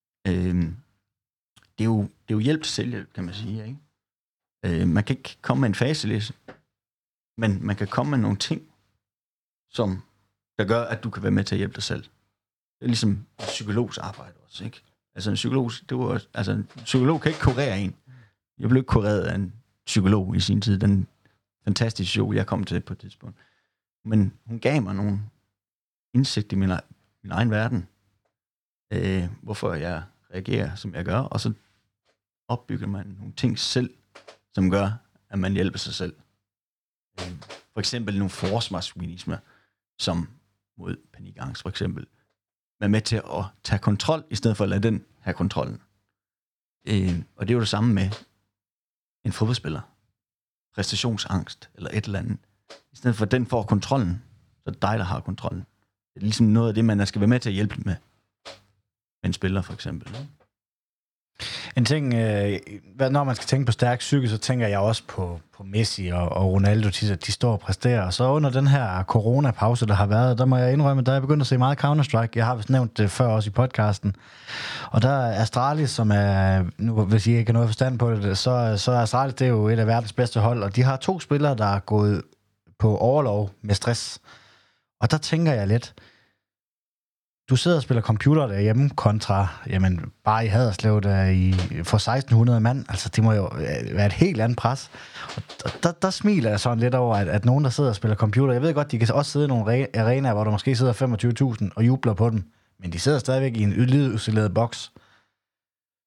Det er jo hjælp til selvhjælp, kan man sige, ikke? Man kan ikke komme med en faceliste, men man kan komme med nogle ting, som der gør, at du kan være med til at hjælpe dig selv. Det er ligesom en psykologs arbejde også, ikke? Altså en psykolog kan ikke kurere en. Jeg blev ikke kureret af en psykolog i sin tid, den fantastiske show, jeg kom til på et tidspunkt. Men hun gav mig nogle indsigt i min egen verden, hvorfor jeg reagerer, som jeg gør, og så opbygger man nogle ting selv, som gør, at man hjælper sig selv. For eksempel nogle forsvarsmekanismer, som mod panikangst for eksempel, er med til at tage kontrol, i stedet for at lade den have kontrollen. Og det er jo det samme med en fodboldspiller. Præstationsangst, eller et eller andet. I stedet for at den får kontrollen, så er det dig, der har kontrollen. Det er ligesom noget af det, man skal være med til at hjælpe med. En spiller for eksempel. En ting, når man skal tænke på stærk psyke, så tænker jeg også på Messi og Ronaldo, de står og præsterer. Og så under den her coronapause, der har været, der må jeg indrømme, der er jeg begyndt at se meget Counter-Strike. Jeg har vist nævnt det før også i podcasten. Og der er Astralis, som er, nu hvis I ikke har noget forstand på det, så er Astralis, det er jo et af verdens bedste hold. Og de har 2 spillere, der er gået på orlov med stress. Og der tænker jeg lidt, du sidder og spiller computer derhjemme kontra, jamen, bare i Haderslev for 1600 mand. Altså, det må jo være et helt andet pres. Og der smiler jeg sådan lidt over, at nogen, der sidder og spiller computer, jeg ved godt, de kan også sidde i nogle arenaer, hvor der måske sidder 25.000 og jubler på dem. Men de sidder stadigvæk i en lydisoleret boks.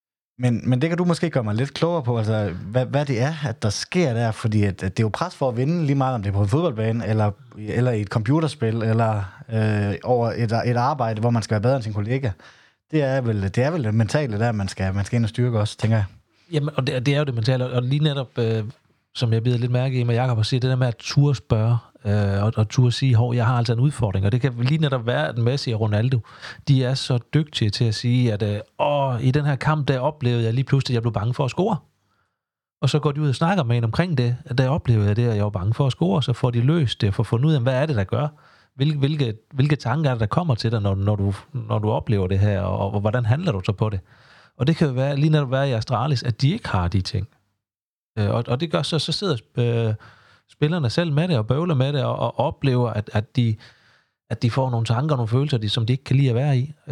Men det kan du måske gøre mig lidt klogere på, altså hvad det er, at der sker der, fordi at det er jo pres for at vinde lige meget, om det er på en fodboldbane, eller i et computerspil, eller over et arbejde, hvor man skal være bedre end sin kollega. Det er vel det mentale der, man skal ind og styrke også, tænker jeg. Jamen, og det er jo det mentale, og lige netop, som jeg bider lidt mærke i med Jakob at sige, det der med at turde spørge, og turde sige, jeg har altså en udfordring, og det kan lige netop være, at Messi og Ronaldo, de er så dygtige til at sige, at i den her kamp, der oplevede jeg lige pludselig, at jeg blev bange for at score. Og så går de ud og snakker med en omkring det, at der oplevede jeg det, at jeg var bange for at score, så får de løst det, og får fundet ud af, hvad er det, der gør? Hvilke tanker er det, der kommer til dig, når du oplever det her, og hvordan handler du så på det? Og det kan jo være, lige netop være i Astralis, at de ikke har de ting. Og det gør så sidder spillerne selv med det, og bøvler med det, og oplever, at de får nogle tanker og nogle følelser, som de ikke kan lide at være i.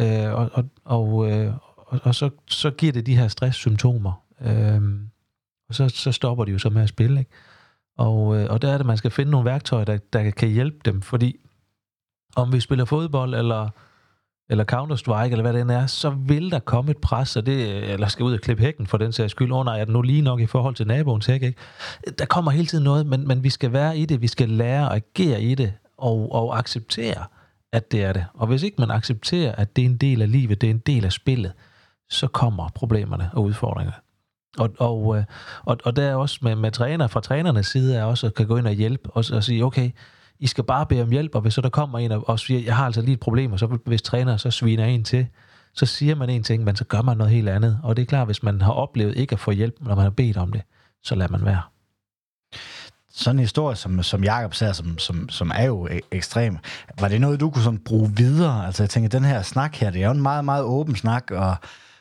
Og så giver det de her stresssymptomer. Og så stopper de jo så med at spille, ikke? Og der er det, man skal finde nogle værktøjer, der kan hjælpe dem, fordi om vi spiller fodbold, eller Counter-Strike, eller hvad det end er, så vil der komme et pres, eller skal ud og klippe hækken for den sags skyld. Nej, er det nu lige nok i forhold til naboens hæk, ikke? Der kommer hele tiden noget, men vi skal være i det, vi skal lære at agere i det, og acceptere, at det er det. Og hvis ikke man accepterer, at det er en del af livet, det er en del af spillet, så kommer problemerne og udfordringerne. Og der er også med træner, fra trænernes side er også, kan gå ind og hjælpe, og sige, okay, I skal bare bede om hjælp, og hvis så der kommer en og siger, jeg har altså lige et problem, og så hvis træner så sviner en til, så siger man en ting, men så gør man noget helt andet. Og det er klart, hvis man har oplevet ikke at få hjælp, når man har bedt om det, så lader man være. Sådan en historie, som Jakob sagde, som er jo ekstrem, var det noget, du kunne sådan bruge videre? Altså jeg tænker, den her snak her, det er jo en meget, meget åben snak, og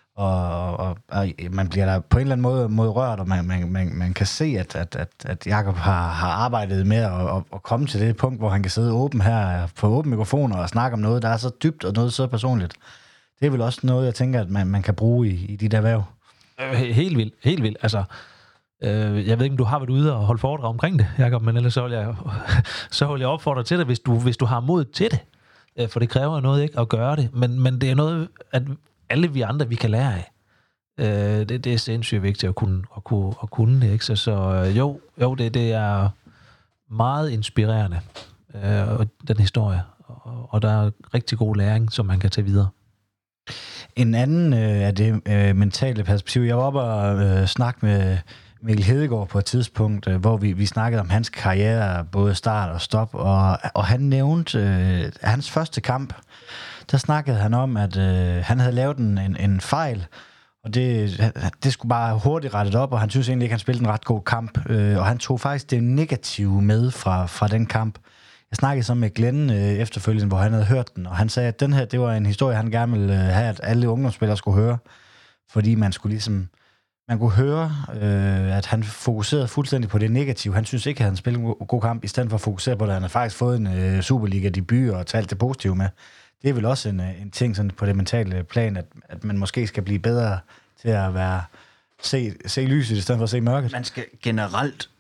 man bliver der på en eller anden måde rørt, og man kan se, at Jakob har arbejdet med at komme til det punkt, hvor han kan sidde åben her på åbne mikrofoner og snakke om noget, der er så dybt og noget så personligt. Det er vel også noget, jeg tænker, at man kan bruge i de der væv. Helt vildt. Altså, jeg ved ikke, om du har været ude og holde foredrag omkring det, Jakob, men ellers så vil jeg opfordre til det, hvis du har mod til det. For det kræver noget ikke at gøre det, men det er noget, at alle vi andre, vi kan lære af. Det er sindssygt vigtigt at kunne det, ikke? Så jo, det er meget inspirerende, den historie, og der er rigtig god læring, som man kan tage videre. En anden af det mentale perspektiv, jeg var oppe og snakke med Mikkel Hedegaard på et tidspunkt, hvor vi snakkede om hans karriere, både start og stop, og han nævnte hans første kamp. Der snakkede han om, at han havde lavet en fejl, og det skulle bare hurtigt rettet op, og han synes egentlig ikke, han spillede en ret god kamp, og han tog faktisk det negative med fra den kamp. Jeg snakkede så med Glenn efterfølgende, hvor han havde hørt den, og han sagde, at den her, det var en historie, han gerne ville have, at alle ungdomsspillere skulle høre, fordi man kunne høre, at han fokuserede fuldstændig på det negative. Han synes ikke, at han spillede en god kamp, i stedet for at fokusere på, at han havde faktisk fået en Superliga-debut og talt det positive med. Det er vel også en ting sådan på det mentale plan, at man måske skal blive bedre til at se lyset, i stedet for at se mørket. Man skal generelt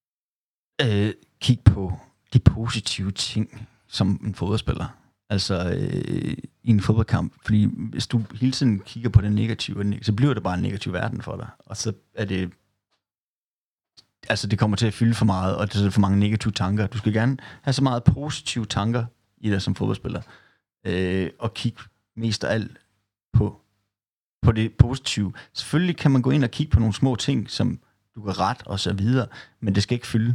kigge på de positive ting som en fodboldspiller. Altså i en fodboldkamp. Fordi hvis du hele tiden kigger på det negative, så bliver det bare en negativ verden for dig. Og så er det... Altså det kommer til at fylde for meget, og det er for mange negative tanker. Du skal gerne have så meget positive tanker i dig som fodboldspiller. Og kigge mest af alt på det positive. Selvfølgelig kan man gå ind og kigge på nogle små ting, som du kan rette og så videre, men det skal ikke fylde.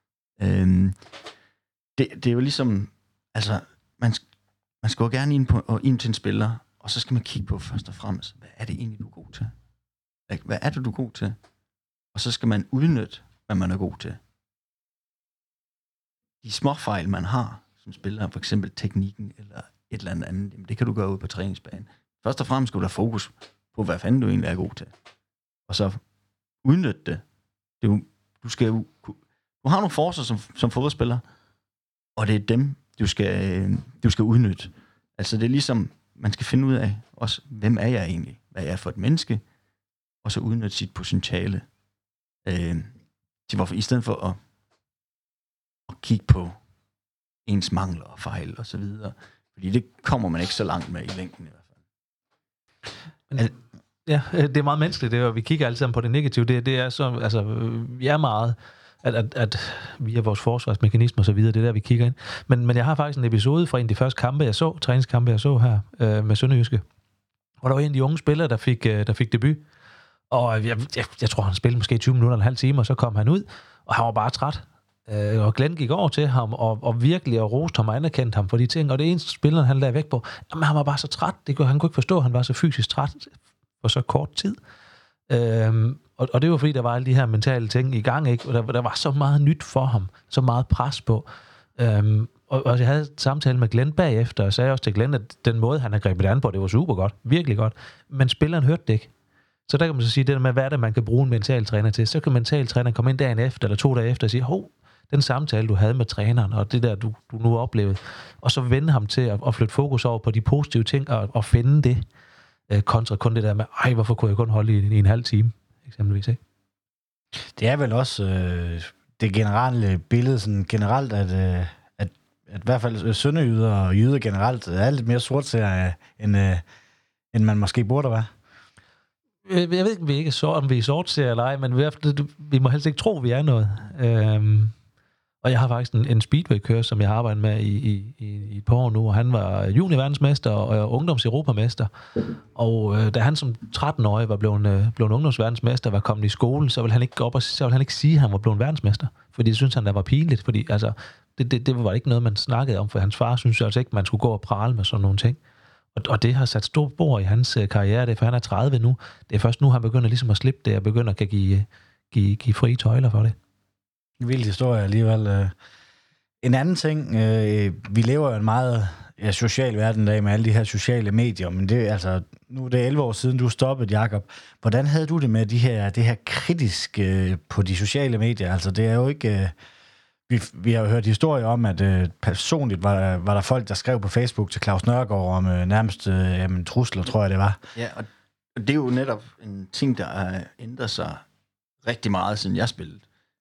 Det er jo ligesom, altså, man skal jo gerne ind til en spiller, og så skal man kigge på først og fremmest, hvad er det egentlig, du er god til? Hvad er det, du er god til? Og så skal man udnytte, hvad man er god til. De småfejl, man har som spiller, for eksempel teknikken eller et eller andet, jamen, det kan du gøre ud på træningsbanen. Først og fremmest skal du have fokus på, hvad fanden du egentlig er god til. Og så udnytte det. Du har nogle forser som fodboldspiller, og det er dem, du skal udnytte. Altså det er ligesom, man skal finde ud af også, hvem er jeg egentlig? Hvad er jeg for et menneske? Og så udnytte sit potentiale. Til hvorfor, i stedet for at kigge på ens mangler og fejl og så videre. Fordi det kommer man ikke så langt med i længden i hvert fald. Ja, det er meget menneskeligt, det, og vi kigger alle sammen på det negative. Det er så, altså, vi er meget, at via vores forsvarsmekanismer og så videre, det er der, vi kigger ind. Men jeg har faktisk en episode fra en af de første kampe, jeg så, træningskampe, jeg så her med Sønderjyske, hvor der var en af de unge spillere, der fik debut. Og jeg tror, han spillede måske 20 minutter eller en halv time, og så kom han ud, og han var bare træt. Og Glenn gik over til ham, og virkelig roste ham og anerkendte ham for de ting. Og det eneste spilleren, han lagde væk på, jamen han var bare så træt. Han kunne ikke forstå, at han var så fysisk træt på så kort tid. Og det var fordi, der var alle de her mentale ting i gang, ikke? Og der var så meget nyt for ham, så meget pres på. Og jeg havde et samtale med Glenn bagefter, og sagde også til Glenn, at den måde, han har grebet an på, det var super godt, virkelig godt. Men spilleren hørte det ikke. Så der kan man så sige, det der med, hvad er det, man kan bruge en mentaltræner til. Så kan mentaltræneren komme ind dagen efter, eller 2 dage efter, og sige, den samtale, du havde med træneren, og det der, du nu har oplevet, og så vende ham til at flytte fokus over på de positive ting, og finde det, kontra kun det der med, hvorfor kunne jeg kun holde i en halv time, eksempelvis, ikke? Det er vel også det generelle billede, sådan generelt, at i hvert fald sønderjyder og jyder generelt er lidt mere sortserie, end man måske burde være. Jeg ved ikke, om vi er sortserie eller ej, men vi må helst ikke tro, vi er noget. Og jeg har faktisk en speedway-kører, som jeg har arbejdet med i et par år nu, og han var junior-verdensmester og ungdoms-europamester. Og da han som 13-årig var blevet ungdomsverdensmester, var kommet i skole, så ville han ikke gå op og så ville han ikke sige, at han var blevet verdensmester. Fordi det synes han, der var pinligt. Fordi altså, det var ikke noget, man snakkede om, for hans far synes altså ikke, man skulle gå og prale med sådan nogle ting. Og det har sat stort spor i hans karriere, det er, for han er 30 nu. Det er først nu, han begynder ligesom at slippe det, og begynder at give frie tøjler for det. En vild historie alligevel. En anden ting, vi lever jo en meget social verden i dag med alle de her sociale medier, men det altså, nu er det 11 år siden, du stoppede, Jakob. Hvordan havde du det med det her kritiske på de sociale medier? Altså, det er jo ikke... Vi har jo hørt historier om, at personligt var der folk, der skrev på Facebook til Claus Nørgaard om nærmest trusler, tror jeg det var. Ja, og det er jo netop en ting, der har ændret sig rigtig meget, siden jeg spillede.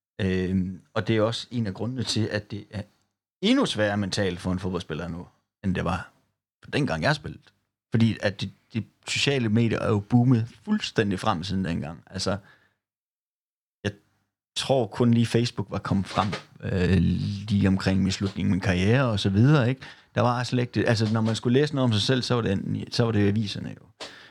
Og det er også en af grundene til, at det er endnu sværere mentalt for en fodboldspiller nu, end det var dengang jeg spillede. Fordi at de sociale medier er jo boomet fuldstændig frem siden dengang. Altså, jeg tror kun lige Facebook var kommet frem lige omkring min slutning af min karriere og så videre, ikke? Der var slet ikke det. Altså, når man skulle læse noget om sig selv, så var det aviserne jo.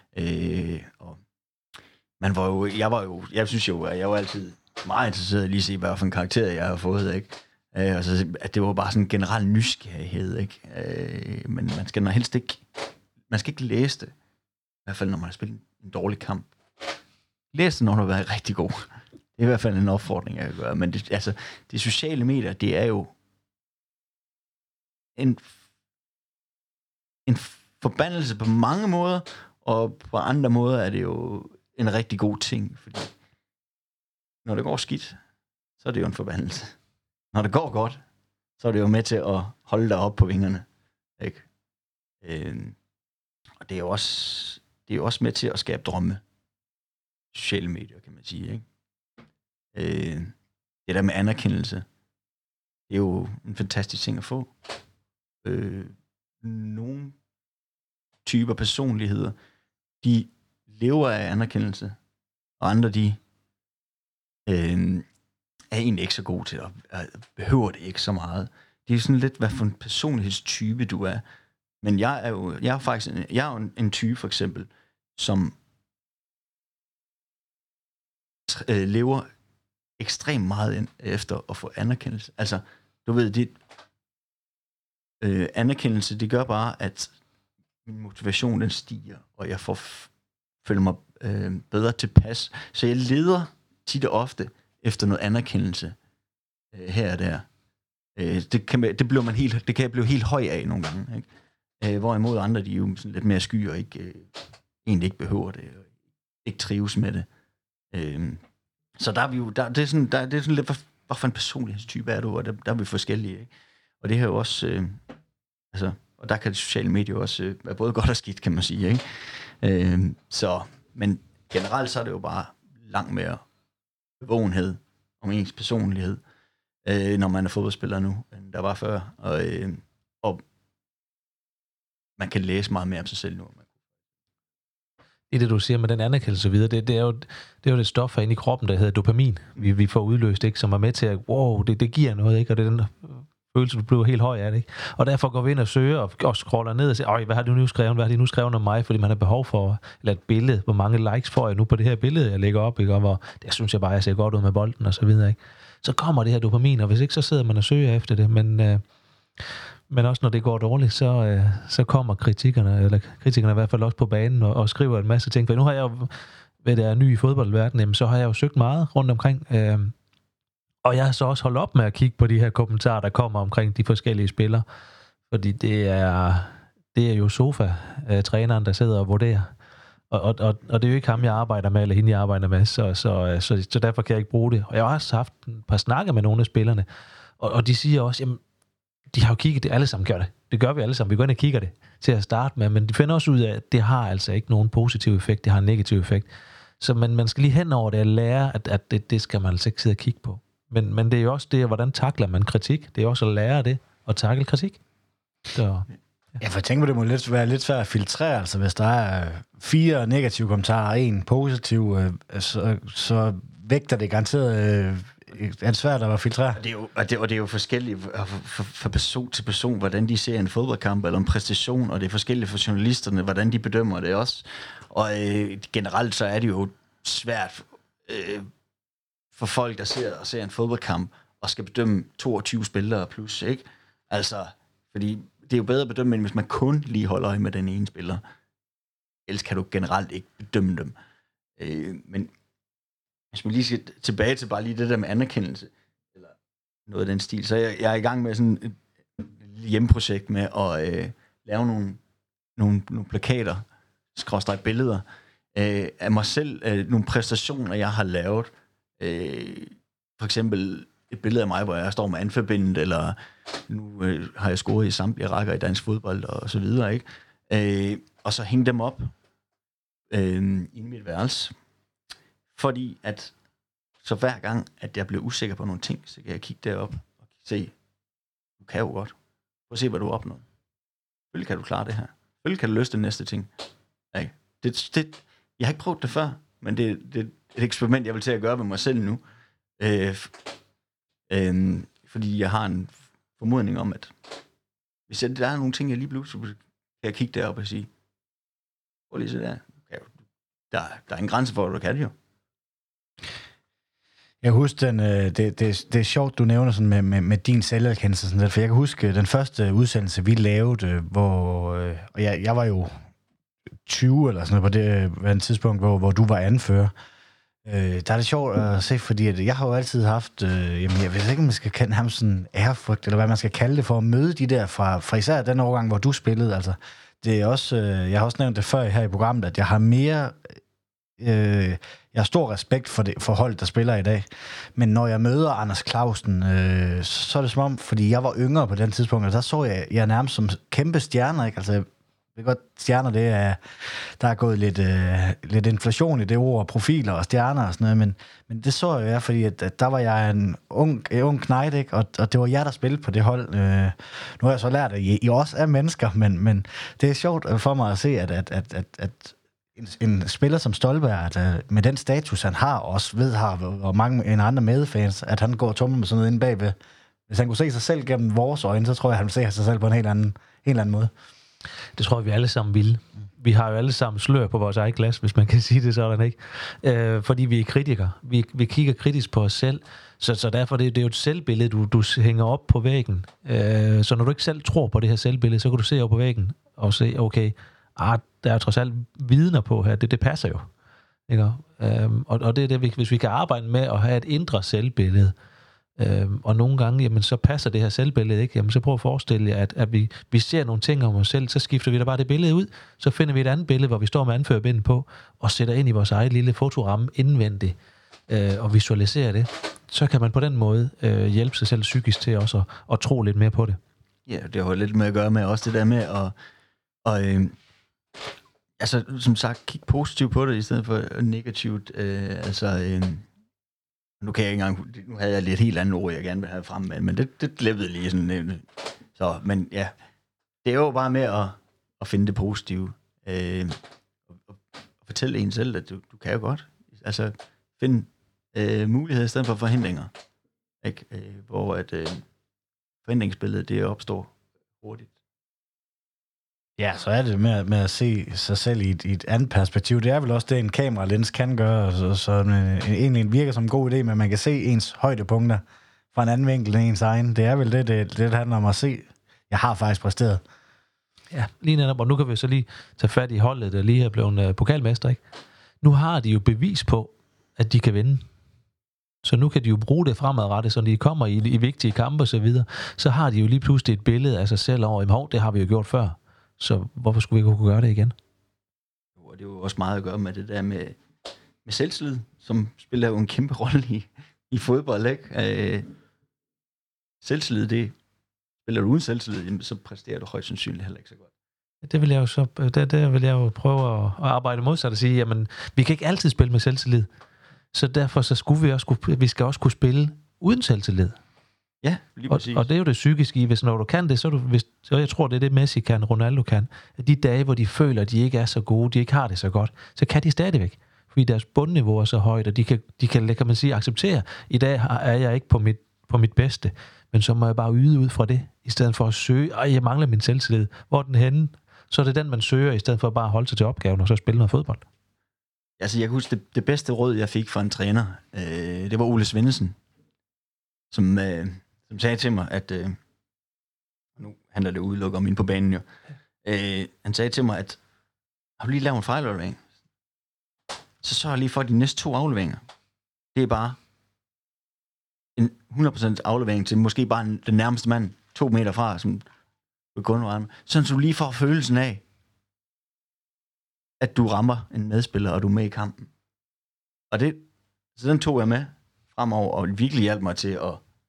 Og man var jo, jeg synes jo, at jeg var altid meget interesseret i lige at se, hvad for en karakter jeg har fået, ikke? Og så, at det var bare sådan en generel nysgerrighed, ikke? Men man skal helst ikke, læse det. I hvert fald, når man har spillet en dårlig kamp. Læs det, når du har været rigtig god. Det er i hvert fald en opfordring, jeg kan gøre. Men det sociale medier, det er jo en forbandelse på mange måder, og på andre måder er det jo en rigtig god ting, fordi når det går skidt, så er det jo en forbandelse. Når det går godt, så er det jo med til at holde dig op på vingerne, ikke? Og det er jo også med til at skabe drømme. Sociale medier, kan man sige, ikke? Det der med anerkendelse, det er jo en fantastisk ting at få. Nogle typer personligheder, de lever af anerkendelse, og andre, de er egentlig ikke så gode til at behøver det ikke så meget. Det er sådan lidt, hvad for en personlighedstype du er. Men jeg er jo en type, for eksempel, som lever ekstremt meget efter at få anerkendelse. Altså, du ved, anerkendelse, det gør bare, at min motivation, den stiger, og jeg føler mig bedre tilpas. Så jeg leder tit og ofte efter noget anerkendelse her og der. Det kan jeg blive helt høj af nogle gange, ikke? Hvorimod andre, de er jo sådan lidt mere sky og egentlig ikke behøver det, og ikke trives med det. Så der er vi jo, det er sådan lidt, hvad for en personlighedstype er du, og der er vi forskellige, ikke? Og det her jo også, og der kan det sociale medier også være både godt og skidt, kan man sige, ikke? Men generelt så er det jo bare langt mere bevågenhed om ens personlighed, når man er fodboldspiller nu, end der var før. Og man kan læse meget mere om sig selv nu. det du siger med den anerkendelse videre, det er jo det stof herinde i kroppen, der hedder dopamin, vi får udløst, ikke, som er med til at, det giver noget, ikke, og det er den følelse, du bliver helt høj af det, ikke? Og derfor går vi ind og søger og scroller ned og siger, hvad har de nu skrevet om mig, fordi man har behov for, eller et billede, hvor mange likes får jeg nu på det her billede, jeg lægger op, ikke? Og hvor, det synes jeg bare, jeg ser godt ud med bolden, og så videre, ikke? Så kommer det her dopamin, og hvis ikke, så sidder man og søger efter det, men også når det går dårligt, så kommer kritikerne i hvert fald også på banen og skriver en masse ting, for nu har jeg jo, ved det er ny i fodboldverdenen, så har jeg jo søgt meget rundt omkring, og jeg har så også holdt op med at kigge på de her kommentarer, der kommer omkring de forskellige spillere. Fordi det er jo sofa-træneren, der sidder og vurderer. Og det er jo ikke ham, jeg arbejder med, eller hende, jeg arbejder med. Så derfor kan jeg ikke bruge det. Og jeg har også haft et par snakker med nogle af spillerne. Og de siger også, jamen, de har jo kigget det. Alle sammen gør det. Det gør vi alle sammen. Vi går ind og kigger det til at starte med. Men de finder også ud af, at det har altså ikke nogen positiv effekt. Det har en negativ effekt. Så man skal lige hen over det og lære, at det skal man altså ikke sidde og kigge på. Men det er jo også det, hvordan takler man kritik. Det er også at lære det, at takle kritik. Så, ja. Ja, for jeg tænker, det må være lidt svært at filtrere, altså hvis der er 4 negative kommentarer og 1 positiv, så vægter det garanteret, er det svært at filtrere. Det er jo forskelligt fra person til person, hvordan de ser en fodboldkamp eller en præstation, og det er forskelligt for journalisterne, hvordan de bedømmer det også. Og generelt så er det jo svært for folk, der ser en fodboldkamp og skal bedømme 22 spillere plus, ikke? Altså, fordi det er jo bedre at bedømme, end hvis man kun lige holder øje med den ene spiller. Ellers kan du generelt ikke bedømme dem. Men hvis man lige skal tilbage til bare lige det der med anerkendelse, eller noget af den stil, så jeg er i gang med sådan et hjemmeprojekt med at lave nogle plakater, / billeder, af mig selv, nogle præstationer, jeg har lavet. For eksempel et billede af mig, hvor jeg står med anforbindet, eller nu har jeg scoret i samtlige rækker i dansk fodbold, og så videre, ikke? Og så hænge dem op inde i mit værelse. Fordi at så hver gang, at jeg bliver usikker på nogle ting, så kan jeg kigge derop og se, du kan jo godt. Prøv at se, hvad du har opnået. Selvfølgelig kan du klare det her. Selvfølgelig kan du løse den næste ting. Ja, jeg har ikke prøvet det før, men det er et eksperiment, jeg vil til at gøre med mig selv nu. Fordi jeg har en formodning om, at hvis der er nogle ting, jeg lige pludselig kan jeg kigge derop og sige, prøv lige så der er en grænse for, hvad du kan det jo. Jeg husker det er sjovt, du nævner sådan med din selverkendelse, sådan der, for jeg kan huske den første udsendelse, vi lavede, hvor og jeg var jo 20 eller sådan noget på det tidspunkt, hvor du var anfører. Der er det sjovt at se, fordi at jeg har jo altid haft, jeg ved ikke, om man skal kalde ham sådan ærefrygt, eller hvad man skal kalde det, for at møde de der fra især den årgang, hvor du spillede. Altså, det er også, jeg har også nævnt det før her i programmet, at jeg har mere, jeg har stor respekt for det hold, der spiller i dag. Men når jeg møder Anders Clausen, så er det som om, fordi jeg var yngre på den tidspunkt, og der så jeg nærmest som kæmpe stjerner, ikke? Altså, det er godt, stjerner, der er gået lidt inflation i det ord, profiler og stjerner og sådan noget, men det så jeg, fordi at der var jeg en ung knejt, ikke? Og det var jeg, der spillede på det hold. Nu har jeg så lært, at I også er mennesker, men det er sjovt for mig at se, at en spiller som Stolberg, at med den status, han har, også og mange en andre medfans, at han går og tumler med sådan noget inde bagved. Hvis han kunne se sig selv gennem vores øjne, så tror jeg, han vil se sig selv på en helt anden måde. Det tror jeg, vi alle sammen vil. Vi har jo alle sammen slør på vores eget glas, hvis man kan sige det sådan, ikke? Fordi vi er kritikere. Vi kigger kritisk på os selv, så derfor det er jo et selvbillede, du hænger op på væggen. Så når du ikke selv tror på det her selvbillede, så kan du se op på væggen og se, okay, der er trods alt vidner på her, det passer jo. Ikke? Og det er det, hvis vi kan arbejde med at have et indre selvbillede, og nogle gange, jamen, så passer det her selvbillede ikke, jamen, så prøv at forestille jer, at vi ser nogle ting om os selv, så skifter vi da bare det billede ud, så finder vi et andet billede, hvor vi står med anførerbinden på, og sætter ind i vores eget lille fotoramme indvendigt, og visualiserer det. Så kan man på den måde hjælpe sig selv psykisk til også at tro lidt mere på det. Ja, det har lidt med at gøre med også det der med altså, som sagt, kigge positivt på det, i stedet for negativt. Nu kan jeg ikke engang, nu havde jeg lidt helt andet ord, jeg gerne vil have frem med, men det glemte lige sådan. Så, men ja, det er jo bare med at finde det positive. For fortælle en selv, at du kan jo godt. Altså, finde muligheder i stedet for forhindringer. Ikke? Hvor at forhindringsbilledet, det opstår hurtigt. Ja, så er det med at se sig selv i et andet perspektiv. Det er vel også det, en kameralens kan gøre, så egentlig virker som en god idé, men man kan se ens højdepunkter fra en anden vinkel end ens egen. Det er vel det handler om at se. Jeg har faktisk præsteret. Ja, lige netop, og nu kan vi så lige tage fat i holdet, der lige er blevet pokalmester, ikke? Nu har de jo bevis på, at de kan vinde. Så nu kan de jo bruge det fremadrettet, så når de kommer i vigtige kampe og så videre, så har de jo lige pludselig et billede af sig selv over, det har vi jo gjort før. Så hvorfor skulle vi ikke kunne gøre det igen? Og det er jo også meget at gøre med det der med selvtillid, som spiller jo en kæmpe rolle i fodbold, ikke? Selvtillid, det spiller du uden selvtillid, så præsterer du højst sandsynligt heller ikke så godt. Det vil jeg jo prøve at arbejde modsat og sige, jamen, vi kan ikke altid spille med selvtillid. Så derfor så vi skal også kunne spille uden selvtillid. Ja, lige præcis. Og det er jo det psykiske i, hvis når du kan det, så jeg tror, det er det Messi kan, Ronaldo kan. At de dage, hvor de føler, at de ikke er så gode, de ikke har det så godt, så kan de stadigvæk. Fordi deres bundniveau er så højt, og de kan man sige, acceptere, i dag er jeg ikke på mit bedste, men så må jeg bare yde ud fra det, i stedet for at søge, jeg mangler min selvtillid. Hvor er den henne? Så er det den, man søger, i stedet for bare at holde sig til opgaven, og så spille noget fodbold. Altså, jeg kan huske, det bedste råd, jeg fik fra en træner, det var Ole Svendsen, som sagde til mig, at nu handler det udelukker om inde på banen jo. Han sagde til mig, at har du lige lavet en fejlaflevering, så sørg lige for, at de næste 2 afleveringer, det er bare en 100% aflevering til måske bare den nærmeste mand 2 meter fra, som vil gå under, sådan så du lige får følelsen af, at du rammer en medspiller, og du er med i kampen. Og så den tog jeg med fremover, og virkelig hjalp mig til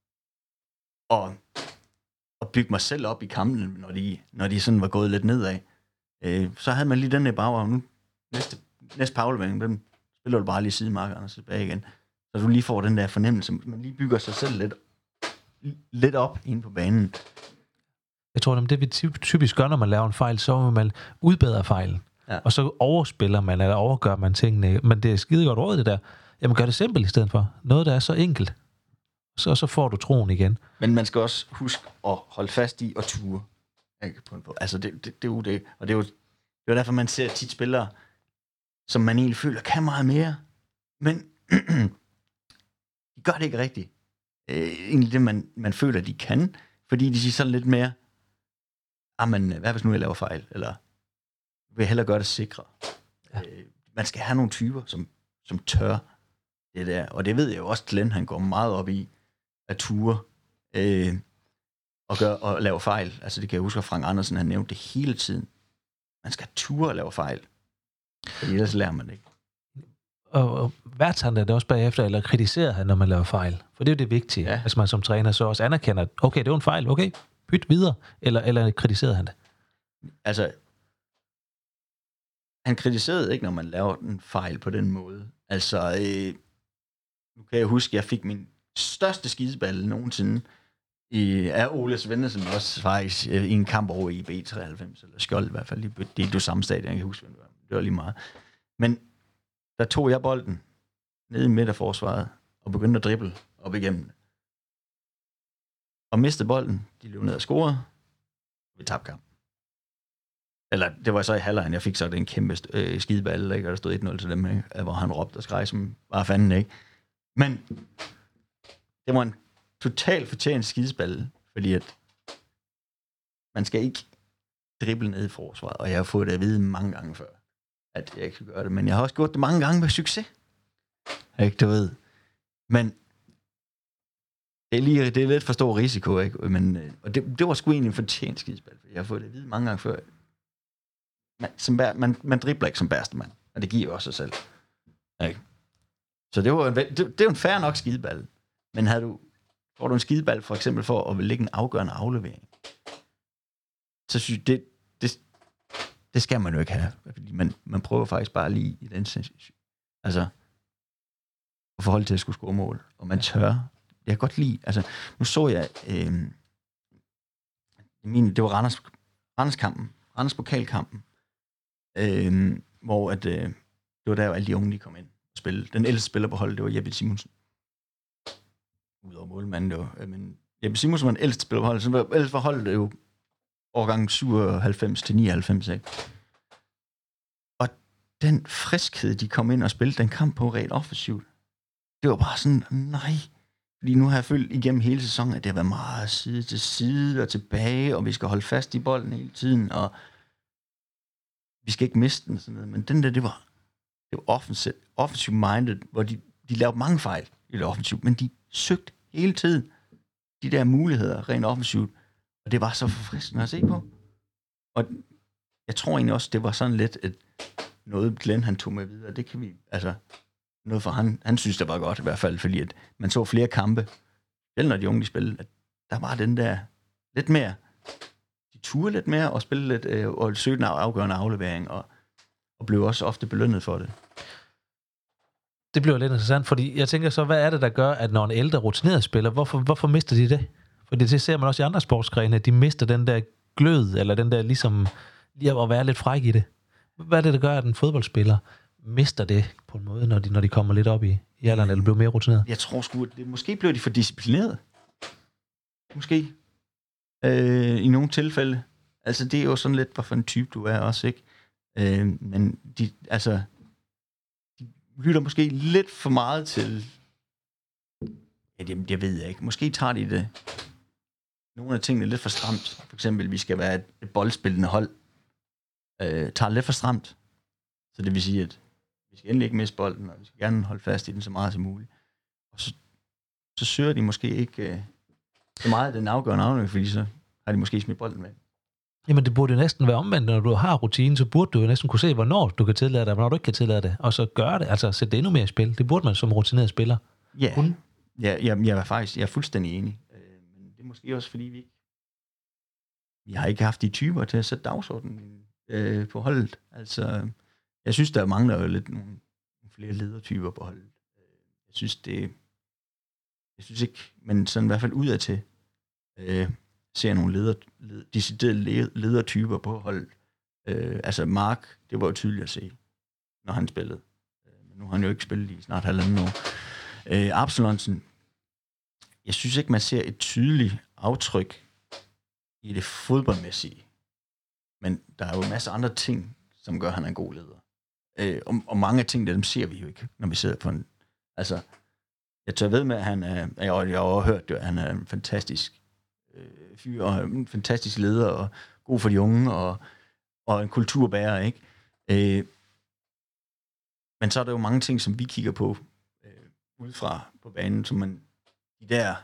at bygge mig selv op i kampen, når de sådan var gået lidt nedad. Så havde man lige den i bagvej, nu næste aflevering, den spiller du bare lige sidemarkeren og så tilbage igen. Så du lige får den der fornemmelse, man lige bygger sig selv lidt op inde på banen. Jeg tror, det vi typisk gør, når man laver en fejl, så vil man udbedre fejlen. Ja. Og så overspiller man, eller overgør man tingene. Men det er skide godt råd, det der. Jamen, gør det simpelt i stedet for. Noget, der er så enkelt. Så får du troen igen. Men man skal også huske at holde fast i og ture. Altså, det er jo det. Og det er jo derfor, man ser tit spillere, som man egentlig føler kan meget mere. Men de gør det ikke rigtigt. Egentlig det, man føler, de kan. Fordi de siger sådan lidt mere, men hvad hvis nu jeg laver fejl? Eller vil hellere gøre det sikre. Ja. Man skal have nogle typer, som tør det der. Og det ved jeg jo også, Glenn, han går meget op i at ture og lave fejl. Altså det kan jeg huske, at Frank Andersen har nævnt det hele tiden. Man skal ture og lave fejl. Fordi ellers lærer man det ikke. Og værter han det også bagefter, eller kritiserer han, når man laver fejl? For det er jo det vigtige, ja. Hvis man som træner så også anerkender, at okay, det var en fejl, okay, pyt videre. Eller kritiserede han det? Altså, han kritiserede ikke, når man laver en fejl på den måde. Altså, nu kan jeg huske, at jeg fik min største skideballe nogensinde af Ole Svendsen også faktisk i en kamp over i B93, eller Skjold i hvert fald. Det er jo samme stadion, jeg kan huske, det var lige meget. Men der tog jeg bolden ned i midterforsvaret og begyndte at drible op igennem. Og mistede bolden. De løb ned og scorede. Vi tabte kampen. Eller det var så i halvlejen, jeg fik så den kæmpe skideballe, ikke? Og der stod 1-0 til dem, ikke? Hvor han råbte og skreg som bare fanden, ikke? Men det var en totalt fortjent skideballe, fordi at man skal ikke drible ned i forsvaret, og jeg har fået det at vide mange gange før, at jeg ikke kan gøre det, men jeg har også gjort det mange gange med succes. Ikke, du ved. Men det er lidt for stor risiko, ikke? Men, og det var sgu egentlig en fortjent skidespil, for jeg har fået det at vide mange gange før. Man dribler ikke som bedste mand, og det giver jo også sig selv. Ikke? Så det er jo en fair nok skideball. Men får du en skideball for eksempel for at lægge en afgørende aflevering, så synes jeg, det skal man jo ikke have. Fordi man prøver faktisk bare lige i den situation. Altså, at forholde til at skulle score mål. Og man tør. Jeg kan godt lide, altså, nu så jeg, det var Randers-kampen, Randers pokalkampen, hvor at det var der, hvor alle de unge de kom ind og spille. Den ældste spiller på holdet, det var Jeppe Simonsen. Udover målmanden, det var. Men Jeppe Simonsen var den ældste spiller på holdet. Så ellers var holdet jo årgang 97 til 99, ikke? Og den friskhed, de kom ind og spillede den kamp på rent offensivt, det var bare sådan, nej. Fordi nu har jeg følt igennem hele sæsonen, at det har været meget side til side og tilbage, og vi skal holde fast i bolden hele tiden, og vi skal ikke miste den. Sådan noget. Men den der, det var offensive minded, hvor de lavede mange fejl i det offensivt, men de søgte hele tiden de der muligheder rent offensivt, og det var så forfriskende at se på. Og jeg tror egentlig også, det var sådan lidt noget Glenn han tog med videre. Det kan vi, altså noget for han synes det var godt i hvert fald, fordi at man så flere kampe, selv når de unge de spillede, at der var den der lidt mere, de turde lidt mere og spille lidt og søgte en afgørende aflevering, og blev også ofte belønnet for det. Det bliver lidt interessant, fordi jeg tænker så, hvad er det, der gør, at når en ældre rutineret spiller, hvorfor mister de det? Fordi det ser man også i andre sportsgrene, at de mister den der glød, eller den der ligesom, lige at være lidt fræk i det. Hvad er det, der gør, at en fodboldspiller mister det på en måde, når de kommer lidt op i alderen, eller bliver mere rutineret? Jeg tror sgu, at måske bliver de for disciplineret. Måske. I nogle tilfælde. Altså, det er jo sådan lidt, hvorfor en type du er også, ikke? Men de lytter måske lidt for meget til... Ja, jeg ved ikke. Måske tager de det... Nogle af tingene lidt for stramt. For eksempel, vi skal være et boldspillende hold. Tager lidt for stramt. Så det vil sige, at vi skal endelig ikke miste bolden, og vi skal gerne holde fast i den så meget som muligt. Og så søger de måske ikke så meget den afgørende aflevering, fordi så har de måske smidt bolden med. Jamen, det burde jo næsten være omvendt. Når du har rutine, så burde du jo næsten kunne se, hvornår du kan tillade det, og hvornår du ikke kan tillade det, og så gøre det, altså sætte det endnu mere i spil. Det burde man som rutineret spiller. Ja, jeg er fuldstændig enig. Men det er måske også, fordi vi har ikke haft de typer til at sætte dagsordenen på holdet. Altså, jeg synes, der mangler jo lidt nogle flere ledertyper på holdet. Jeg synes ikke, men sådan i hvert fald udadtil ser nogle deciderede ledertyper på holdet. Altså Mark, det var jo tydeligt at se, når han spillede. Men nu har han jo ikke spillet i snart halvanden år. Absalonsen, jeg synes ikke, man ser et tydeligt aftryk i det fodboldmæssige. Men der er jo en masse andre ting, som gør, at han er en god leder. Og mange af tingene, dem ser vi jo ikke, når vi sidder på en... Altså, jeg tør ved med, at han er... Jeg har også hørt det, at han er en fantastisk fyr, og en fantastisk leder, og god for de unge, og en kulturbærer, ikke? Men så er der jo mange ting, som vi kigger på udefra på banen, som man... Der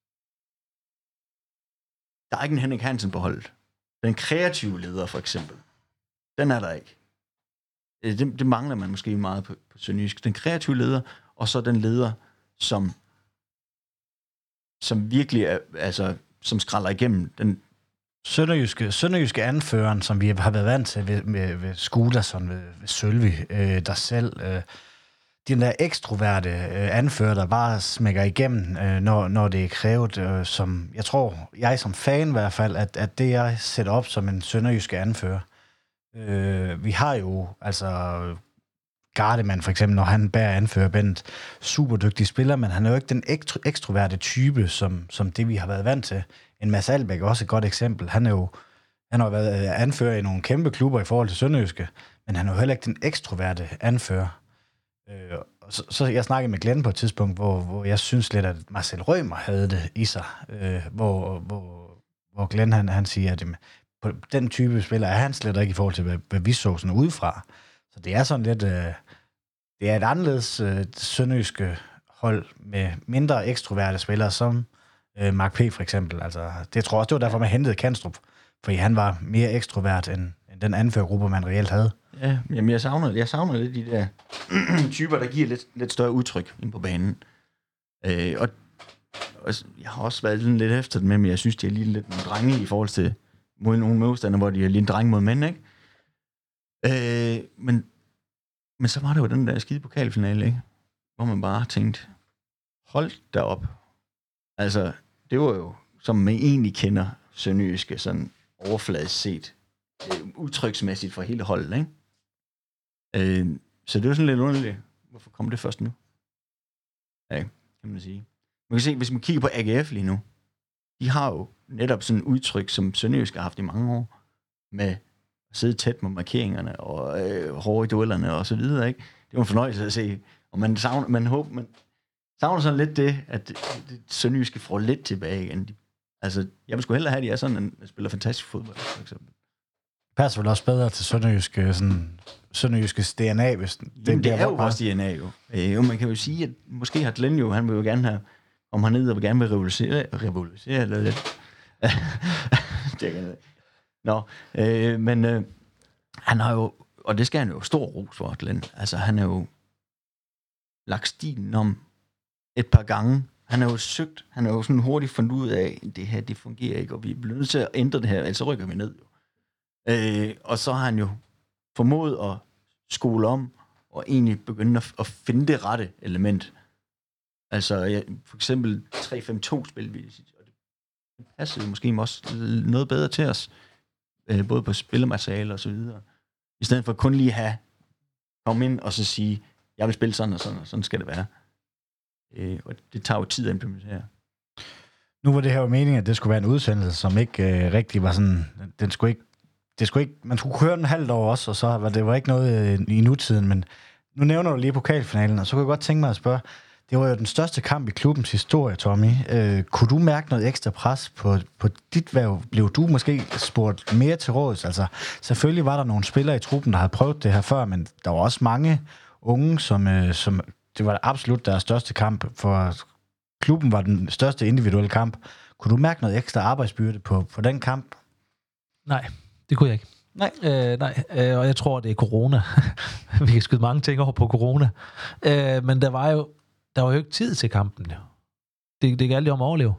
er ikke en Henrik Hansen på holdet. Den kreative leder, for eksempel, den er der ikke. Det mangler man måske meget på sønderjysk. Den kreative leder, og så den leder, som virkelig er, altså, som skralder igennem den sønderjyske anføreren, som vi har været vant til ved Skulason, ved Sølvi, der selv... Den der ekstroverte anfører, der bare smækker igennem, når det er krævet, som jeg tror, jeg som fan i hvert fald, at det jeg sætter op som en sønderjyske anfører. Vi har jo, altså Gardemann for eksempel, når han bærer anfører Bent, super dygtig spiller, men han er jo ikke den ekstroverte type, som det vi har været vant til. En Mads Albeck er også et godt eksempel. Han har jo været anfører i nogle kæmpe klubber i forhold til sønderjyske, men han er jo heller ikke den ekstroverte anfører. Så jeg snakkede med Glenn på et tidspunkt, hvor jeg synes lidt, at Marcel Rømer havde det i sig, hvor Glenn han siger, at på den type spiller er han slet ikke i forhold til, hvad vi så sådan udefra. Så det er sådan lidt, det er et anderledes sønderjyske hold med mindre ekstroverte spillere, som Mark P. for eksempel. Altså, det tror jeg også, det var derfor, man hentede Kanstrup, fordi han var mere ekstrovert end den anførergruppe, man reelt havde. Ja, jamen jeg savner lidt de der typer, der giver lidt større udtryk ind på banen. Og jeg har også været lidt efter det med, men jeg synes, de er lige lidt nogle drenge i forhold til mod nogle modstandere, hvor de er lige en dreng mod mænd, ikke? Men så var det jo den der skide pokalfinale, ikke? Hvor man bare tænkte, hold da op. Altså, det var jo, som man egentlig kender sønderjyske, sådan overfladisk set, udtryksmæssigt for hele holdet, ikke? Så det er jo sådan lidt underligt. Hvorfor kom det først nu? Ja, kan man sige. Man kan se, hvis man kigger på AGF lige nu, de har jo netop sådan et udtryk, som Sønderjysk har haft i mange år, med at sidde tæt med markeringerne og hårde i duellerne og så videre, ikke? Det var en fornøjelse at se. Og man savner sådan lidt det, at det Sønderjyske får lidt tilbage igen. Altså, jeg vil sgu hellere have, at de er sådan, en spiller fantastisk fodbold, for eksempel. Passer vel også bedre til Sønderjyskes DNA, hvis det er jo også DNA, jo. Jo, man kan jo sige, at måske har Glenn jo, han vil jo gerne have, om han ned og vil gerne vil revolutionere eller lidt. Det kan jeg. Men han har jo, og det skal han jo stor ros for, Glenn. Altså, han er jo lagt stilen om et par gange. Han er jo søgt, han er jo sådan hurtigt fundet ud af, det her, det fungerer ikke, og vi bliver nødt til at ændre det her, ellers så rykker vi ned, jo. Og så har han jo formået at skole om, og egentlig begynde at finde det rette element. Altså, for eksempel 3-5-2-spil, og det passede måske også noget bedre til os, både på spillermateriale og så videre. I stedet for kun lige have komme ind og så sige, jeg vil spille sådan og sådan, og sådan skal det være. Og det tager jo tid at implementere. Nu var det her jo meningen, at det skulle være en udsendelse, som ikke rigtig var sådan, det skulle ikke, man skulle køre den halvt år også, og så var det ikke noget i nutiden, men nu nævner du lige pokalfinalen, og så kunne jeg godt tænke mig at spørge, det var jo den største kamp i klubbens historie, Tommy. Kunne du mærke noget ekstra pres på dit værv? Blev du måske spurgt mere til råds? Altså, selvfølgelig var der nogle spillere i truppen, der havde prøvet det her før, men der var også mange unge, som det var absolut deres største kamp, for klubben var den største individuelle kamp. Kunne du mærke noget ekstra arbejdsbyrde på den kamp? Nej, det kunne jeg ikke. Nej. Og jeg tror, det er corona. Vi kan skyde mange ting over på corona. Men der var jo ikke tid til kampen. Jo. Det gik aldrig om at overleve.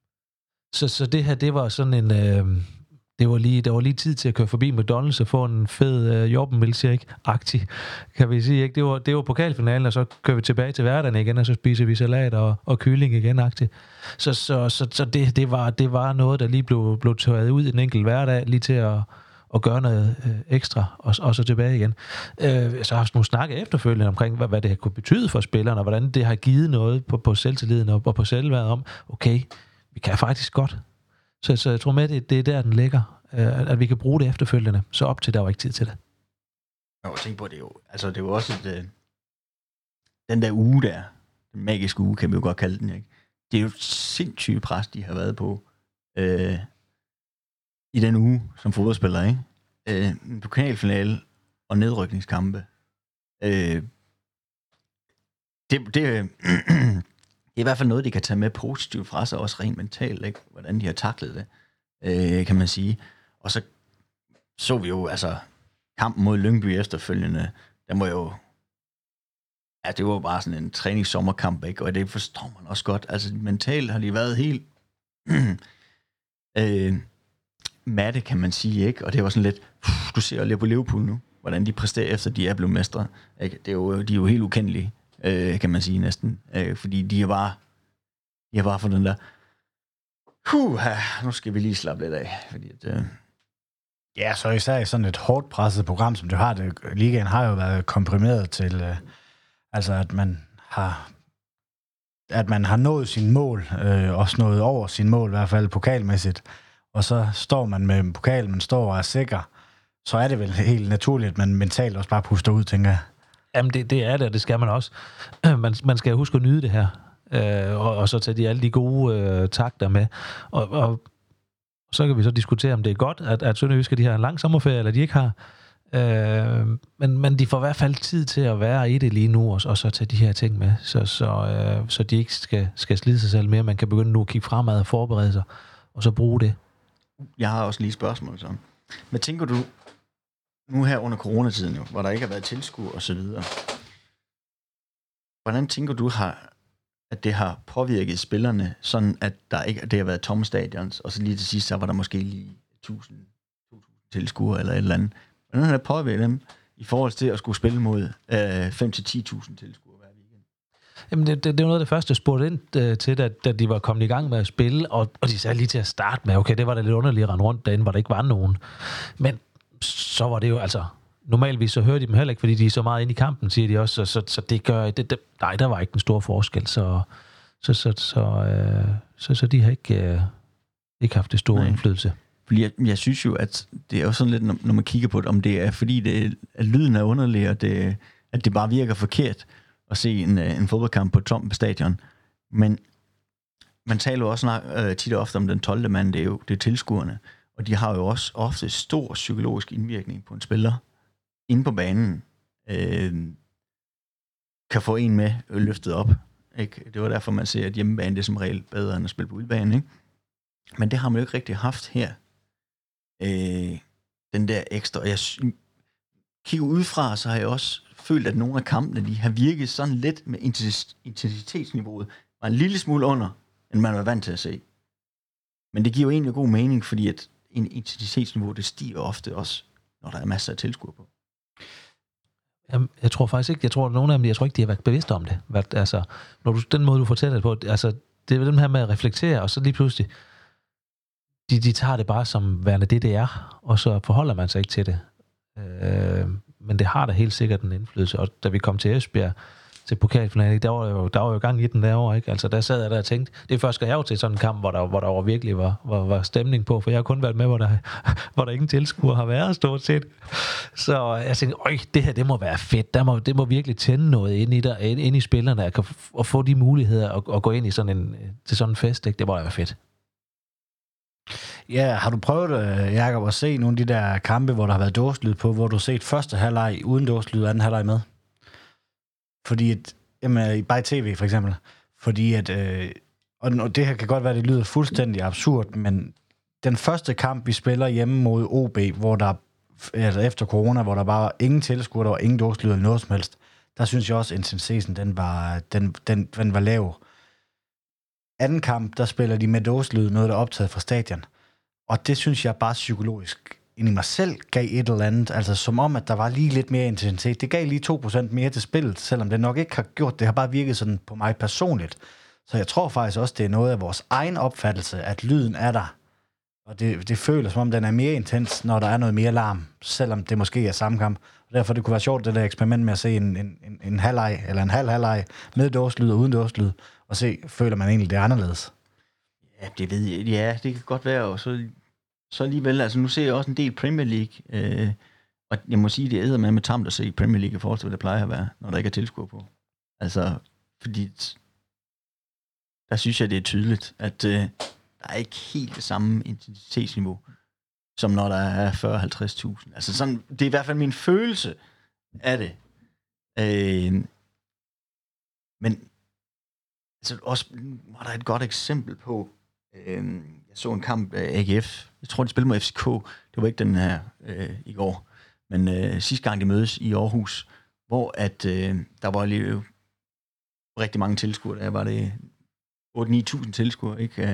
Så det her, det var sådan en... der var lige tid til at køre forbi McDonald's og få en fed Jorben-milkshake-agtig, kan vi sige. Ikke? Det var pokalfinalen, og så kører vi tilbage til hverdagen igen, og så spiser vi salat og kylling igen-agtig. Så det var noget, der lige blev tørret ud i den enkelte hverdag, lige til at gøre noget ekstra, og så tilbage igen. Så har jeg haft nogle snakke efterfølgende omkring, hvad det har kunne betyde for spillerne, og hvordan det har givet noget på selvtilliden og på selvværdet om, okay, vi kan faktisk godt. Så jeg tror med, det er der, den ligger, at vi kan bruge det efterfølgende. Så op til, der var ikke tid til det. Jeg tænker på, det er jo også den der uge der, den magiske uge, kan vi jo godt kalde den, ikke? Det er jo sindssygt pres, de har været på i den uge som fodboldspiller, ikke? En pokalfinale og nedrykningskampe. Det er i hvert fald noget, de kan tage med positivt fra sig, også rent mentalt, ikke? Hvordan de har taklet det, kan man sige. Og så vi jo, altså, kampen mod Lyngby efterfølgende, der må jo... Ja, det var jo bare sådan en træningssommerkamp, ikke? Og det forstår man også godt. Altså, mentalt har de været helt... matte, kan man sige, ikke? Og det var sådan lidt... Du ser jo på Liverpool nu, hvordan de præsterer efter, de er blevet mestre. Ikke? De er jo helt ukendelige, kan man sige næsten. Fordi de har bare fået den der... nu skal vi lige slappe lidt af. Fordi at, Ja, så især i sådan et hårdt presset program, som du har det. Ligaen har jo været komprimeret til... altså, at man har nået sin mål, også nået over sin mål, i hvert fald pokalmæssigt, og så står man med pokalen, man står og er sikker, så er det vel helt naturligt, at man mentalt også bare puster ud, tænker jeg. Jamen, det er det, og det skal man også. Man skal huske at nyde det her, og så tage alle de gode takter med, og så kan vi så diskutere, om det er godt, at Sønderjyske, de har en lang sommerferie, eller de ikke har. Men de får i hvert fald tid til at være i det lige nu, og så tage de her ting med, så de ikke skal slide sig selv mere. Man kan begynde nu at kigge fremad og forberede sig, og så bruge det. Jeg har også lige spørgsmål så. Men tænker du, nu her under coronatiden jo, hvor der ikke har været tilskuere og så videre, hvordan tænker du, at det har påvirket spillerne, sådan at det har været tomme stadions, og så lige til sidst, så var der måske lige 1.000 tilskuere eller et eller andet. Hvordan har det påvirket dem i forhold til at skulle spille mod 5-10.000 tilskuere hver weekend? Jamen, det var noget af det første, jeg spurgte ind til, da de var kommet i gang med at spille, og de sagde lige til at starte med, okay, det var da lidt underligt at rende rundt derinde, hvor der ikke var nogen. Men så var det jo altså normalvis så hører de dem heller ikke, fordi de er så meget inde i kampen, siger de også, så det gør, nej, der var ikke en stor forskel, så de har ikke haft det store indflydelse. Fordi jeg synes jo, at det er jo sådan lidt, når man kigger på det, om det er, fordi at lyden er underlig, og at det bare virker forkert at se en fodboldkamp på et tomt stadion. Men man taler jo også tit og ofte om den 12. mand, det er tilskuerne, og de har jo også ofte stor psykologisk indvirkning på en spiller inde på banen, kan få en med løftet op. Ikke? Det var derfor, man ser, at hjemmebane det er som regel bedre end at spille på udebane. Ikke? Men det har man jo ikke rigtig haft her. Den der ekstra. Og jeg kigger udefra, så har jeg også følt, at nogle af kampene, de har virket sådan lidt med intensitetsniveauet, var en lille smule under, end man var vant til at se. Men det giver jo egentlig god mening, fordi at en intensitetsniveau, det stiger ofte også, når der er masser af tilskuere på. Jeg tror faktisk ikke, nogle af dem, jeg tror ikke, de har været bevidste om det. Altså, den måde, du fortæller det på, altså, det er jo den her med at reflektere, og så lige pludselig, de tager det bare som værende det er, og så forholder man sig ikke til det. Men det har da helt sikkert en indflydelse. Og da vi kom til Esbjerg, til pokalfinalen, der var jo gang i den derovre, ikke? Altså, der sad jeg der og tænkte, det er første gang jeg var til sådan en kamp, hvor der virkelig var stemning på, for jeg har kun været med, hvor der ingen tilskuere har været, stort set. Så jeg tænkte, det her, det må være fedt. Det må virkelig tænde noget ind i spillerne, at få de muligheder at gå ind i til sådan en fest, ikke? Det må da være fedt. Ja, har du prøvet, Jakob, at se nogle af de der kampe, hvor der har været dåselyd på, hvor du har set første halvleg uden dåselyd, anden halvleg med? Fordi bare i tv for eksempel, fordi at, og det her kan godt være, det lyder fuldstændig absurd, men den første kamp, vi spiller hjemme mod OB, hvor der, altså efter corona, hvor der bare var ingen tilskuere, der var ingen dåselyd eller noget som helst, der synes jeg også, at intensiteten, den var lav. Anden kamp, der spiller de med dåselyd, noget der er optaget fra stadion, og det synes jeg bare psykologisk ind i mig selv gav et eller andet, altså som om, at der var lige lidt mere intensitet. Det gav lige 2% mere til spillet, selvom det nok ikke har gjort, det har bare virket sådan på mig personligt. Så jeg tror faktisk også, det er noget af vores egen opfattelse, at lyden er der, og det føles som om, den er mere intens, når der er noget mere larm, selvom det måske er samme kamp. Og derfor det kunne være sjovt, det der eksperiment med at se en halvleg, eller en halvleg med dåselyd og uden dåselyd, og føler man egentlig, det er anderledes. Ja, det ved jeg. Ja, det kan godt være, og så alligevel, altså nu ser jeg også en del Premier League, og jeg må sige, det er med tamt at se Premier League i forhold til, hvad det plejer at være, når der ikke er tilskuere på. Altså, fordi der synes jeg, det er tydeligt, at der er ikke helt det samme intensitetsniveau, som når der er 40-50.000. Altså sådan, det er i hvert fald min følelse af det. Men altså også var der et godt eksempel på, jeg så en kamp af AGF. Jeg tror, de spillede mod FCK. Det var ikke den her i går. Men sidste gang, de mødes i Aarhus, hvor at der var lige rigtig mange tilskuere. Der var det 8-9.000 tilskuere, ikke?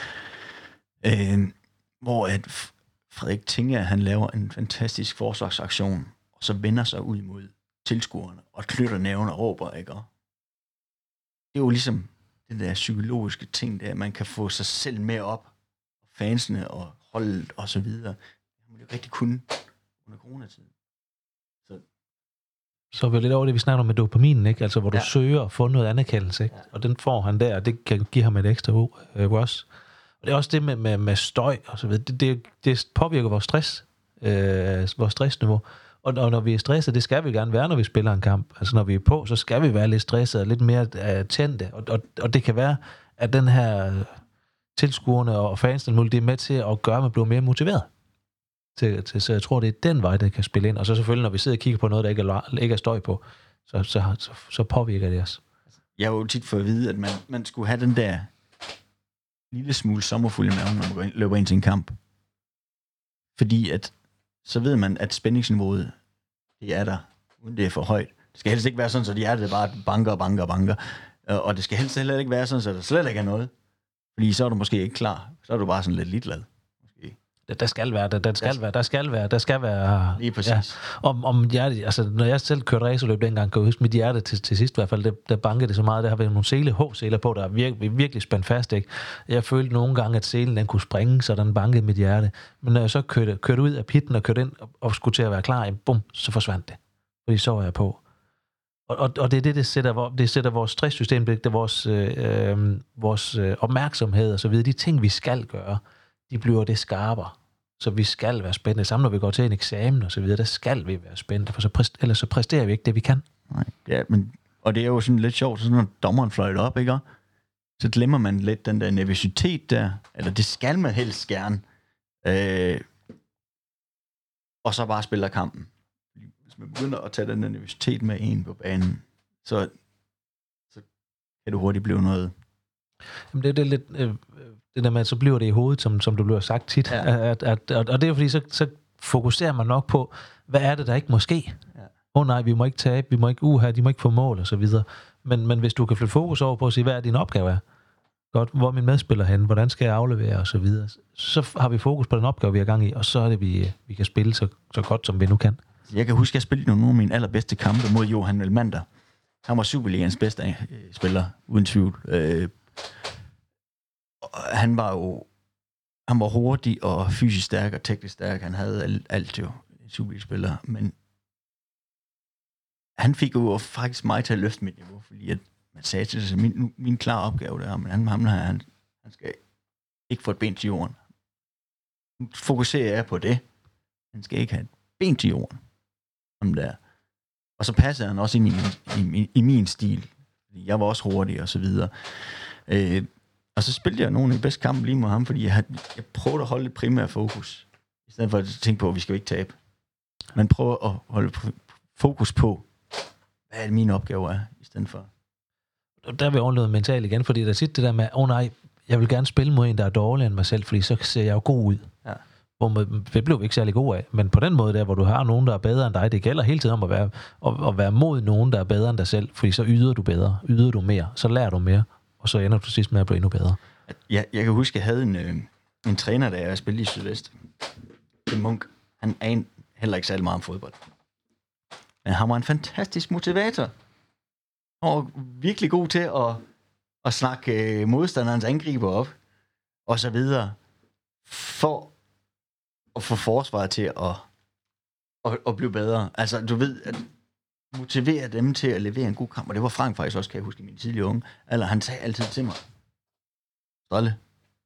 Hvor at Frederik Tinga, han laver en fantastisk forsvarsaktion, og så vender sig ud mod tilskuerne, og knytter næven og råber, ikke? Det er jo ligesom den der psykologiske ting, der man kan få sig selv med op, fansene og holdet og så videre. Det må jo rigtig kunne under coronatiden. Så er vi lidt over det, vi snakker om med dopaminen, ikke? Altså, hvor du søger at få noget anerkendelse, ikke? Og den får han der, og det kan give ham et ekstra rush. Og det er også det med støj og så videre. Det påvirker vores stressniveau. Og når vi er stresset, det skal vi gerne være, når vi spiller en kamp. Altså, når vi er på, så skal vi være lidt stresset og lidt mere tændte. Og det kan være, at den her tilskuerne og fansene, det er med til at gøre, at man bliver mere motiveret. Så jeg tror, det er den vej, der kan spille ind. Og så selvfølgelig, når vi sidder og kigger på noget, der ikke er støj på, så påvirker det os. Jeg har jo tit fået at vide, at man skulle have den der lille smule sommerfuld i maven, når man løber ind til en kamp. Fordi at så ved man, at spændingsniveauet, det er der, uden det er for højt. Det skal helst ikke være sådan, så hjertet bare banker. Og det skal helst heller ikke være sådan, så der slet ikke er noget. Fordi så er du måske ikke klar. Så er du bare sådan lidt ligeglad. Måske. Der skal være. Lige præcis. Ja. Om hjerte, altså når jeg selv kørte racerløb dengang, kan jeg huske mit hjerte til sidst i hvert fald, der bankede det så meget, der har været nogle H-seler på, der er virkelig spændt fast, ikke? Jeg følte nogle gange, at selen den kunne springe, så den bankede mit hjerte. Men når jeg så kørte ud af pitten og kørte ind og skulle til at være klar, bum, så forsvandt det. Fordi så var jeg på. Og det er det sætter vores stresssystem, det er vores opmærksomhed og så videre, de ting, vi skal gøre, de bliver det skarpere. Så vi skal være spændende. Sammen når vi går til en eksamen og så videre, der skal vi være spændende, for ellers så præsterer vi ikke det, vi kan. Nej, ja, og det er jo sådan lidt sjovt, så når dommeren fløjter op, ikke? Så glemmer man lidt den der nervøsitet der, eller det skal man helst gerne, og så bare spiller kampen. Hvis man begynder at tage den der nervøsitet med en på banen, så kan det hurtigt blive noget. Jamen det er lidt det der med, at så bliver det i hovedet, som du bliver sagt tit. Ja. Og det er fordi, så fokuserer man nok på, hvad er det, der ikke må ske? Ja. Nej, vi må ikke tabe, vi må ikke de må ikke få mål og så videre. Men hvis du kan flytte fokus over på at sige, hvad er din opgave er? Godt, hvor er min medspiller henne? Hvordan skal jeg aflevere og så videre? Så har vi fokus på den opgave, vi er gang i, og så er det, vi kan spille så godt, som vi nu kan. Jeg kan huske, at jeg spillede nogle af mine allerbedste kampe mod Johan Elmander. Han var Superligans bedste spiller, uden tvivl. Han var hurtig og fysisk stærk og teknisk stærk. Han havde alt jo, en Superliga-spiller. Men han fik jo faktisk mig til at løfte mit niveau, fordi at man sagde til sig, min klare opgave der, men han skal ikke få et ben til jorden. Nu fokuserer jeg på det. Han skal ikke have et ben til jorden. Der. Og så passede han også ind i min stil. Jeg var også hurtig og så videre. Og så spillede jeg nogle af de bedste kampe lige med ham, fordi jeg prøvede at holde et primært fokus. I stedet for at tænke på, at vi skal jo ikke tabe. Man prøver at holde fokus på, hvad er det mine opgaver er, i stedet for. Der vil jeg overlade mentalt igen, fordi der er tit det der med, nej, jeg vil gerne spille mod en, der er dårligere end mig selv, fordi så ser jeg jo god ud. Ja. Det blev vi ikke særlig god af. Men på den måde der, hvor du har nogen, der er bedre end dig, det gælder hele tiden om at være mod nogen, der er bedre end dig selv, fordi så yder du bedre, yder du mere, så lærer du mere, og så ender du sidst med at blive endnu bedre. Jeg kan huske, at jeg havde en træner, da jeg spillede i Sydvest. Tim Munk. Han anede heller ikke særlig meget om fodbold. Men han var en fantastisk motivator. Han var virkelig god til at snakke modstanderens angriber op, og så videre, for at få forsvaret til at blive bedre. Altså, du ved, at motivere dem til at levere en god kamp, og det var Frank faktisk også, kan jeg huske, i min tidlige unge. Eller han sagde altid til mig, Stolle,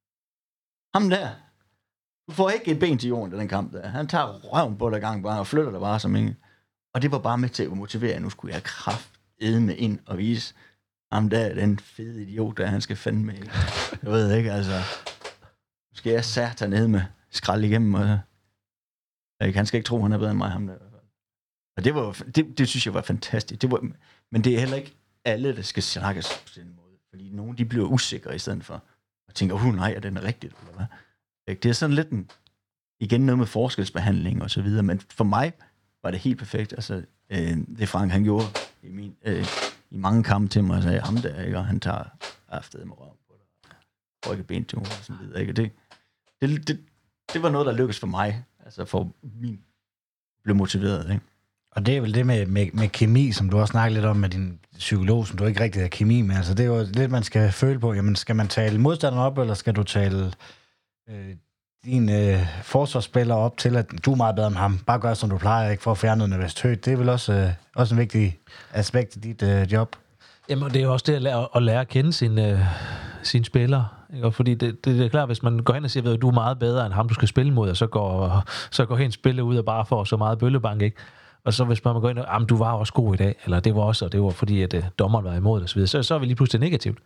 ham der, du får ikke et ben til jorden i den kamp der. Han tager røven på dig gang bare og flytter dig bare som ingen. Og det var bare med til at motivere, at nu skulle jeg kraftedme ind og vise ham der, den fede idiot der, han skal fandme med. Jeg ved ikke, altså, nu skal jeg satan ned med skrald igennem, og han skal ikke tro, han er bedre end mig, ham der. Og det synes jeg var fantastisk. Men det er heller ikke alle, der skal snakkes på den måde, fordi nogen, de bliver usikre i stedet for, og tænker, nej, er den rigtigt, eller hvad? Det er sådan lidt igen noget med forskelsbehandling og så videre, men for mig var det helt perfekt. Altså, det Frank, han gjorde i mange kampe til mig, og sagde, ham der, ikke? Og han tager afsted med røven på dig, og rykker ben til mig, og sådan videre, ikke? Det var noget, der lykkedes for mig, altså for min blev motiveret, ikke? Og det er vel det med kemi, som du også snakkede lidt om med din psykolog, som du ikke rigtig har kemi med. Altså det er jo lidt, man skal føle på. Jamen, skal man tale modstanderen op, eller skal du tale din forsvarsspiller op til, at du er meget bedre end ham? Bare gør, som du plejer, ikke for at fjerne noget nervøsitet. Det er vel også en vigtig aspekt i dit job. Jamen, det er jo også det at lære at kende sine spillere. Ikke? Fordi det er klart, hvis man går hen og siger, at du er meget bedre end ham, du skal spille mod, og så går hendes spiller ud og bare får så meget bøllebank, ikke? Og så hvis man går ind og du var også god i dag, eller det var fordi, at dommeren var imod, og så videre, så er vi lige pludselig negativt.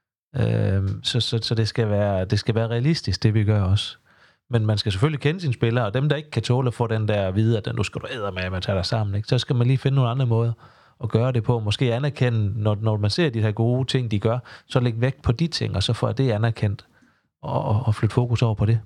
Så det skal være realistisk, det vi gør også. Men man skal selvfølgelig kende sine spillere, og dem, der ikke kan tåle at få den der at vide, at nu skal du æde med at tage dig sammen, ikke? Så skal man lige finde nogle andre måder at gøre det på. Måske anerkende, når man ser de her gode ting, de gør, så læg vægt på de ting, og så får det anerkendt, og flytte fokus over på det.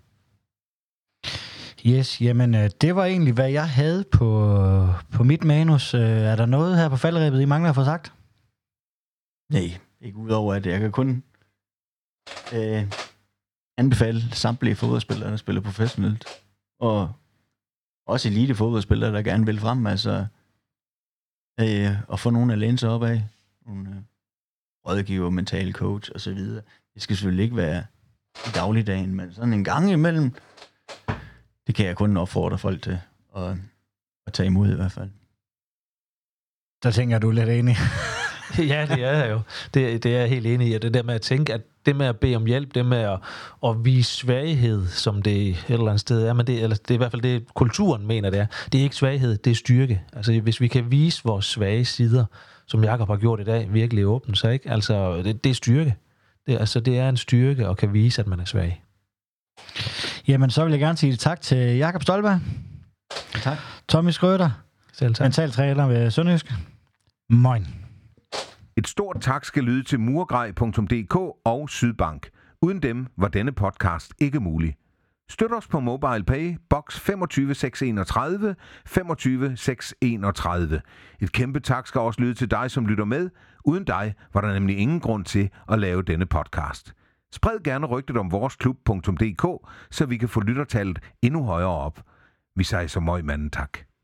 Yes, jamen det var egentlig, hvad jeg havde på mit manus. Er der noget her på falderebet, I mangler at få sagt? Nej, ikke udover at jeg kan kun anbefale samtlige fodboldspillere, der spiller professionelt. Og også elite fodboldspillere, der gerne vil frem, altså og få nogen at læne sig op af. Nogle rådgiver, mental coach og så videre. Det skal selvfølgelig ikke være i dagligdagen, men sådan en gang imellem, det kan jeg kun opfordre folk til at tage imod i hvert fald. Der tænker du lidt enig. Ja, det er jeg jo. Det er jeg helt enig i. Og det der med at tænke, at det med at bede om hjælp, det med at vise svaghed, som det et eller andet sted er, men det er i hvert fald det, kulturen mener det er. Det er ikke svaghed, det er styrke. Altså hvis vi kan vise vores svage sider, som Jakob har gjort i dag, virkelig åbent, så ikke? Altså det er styrke. Det er en styrke at kan vise, at man er svag. Jamen, så vil jeg gerne sige tak til Jakob Stolberg. Tak. Tommy Schrøder. Selv tak. Mentaltræner ved Sønderjysk. Moin. Et stort tak skal lyde til murgrej.dk og Sydbank. Uden dem var denne podcast ikke mulig. Støt os på MobilePay, box 25631, 25631. Et kæmpe tak skal også lyde til dig, som lytter med. Uden dig var der nemlig ingen grund til at lave denne podcast. Spred gerne rygtet om voresklub.dk, så vi kan få lyttertallet endnu højere op. Vi siger så møj manden tak.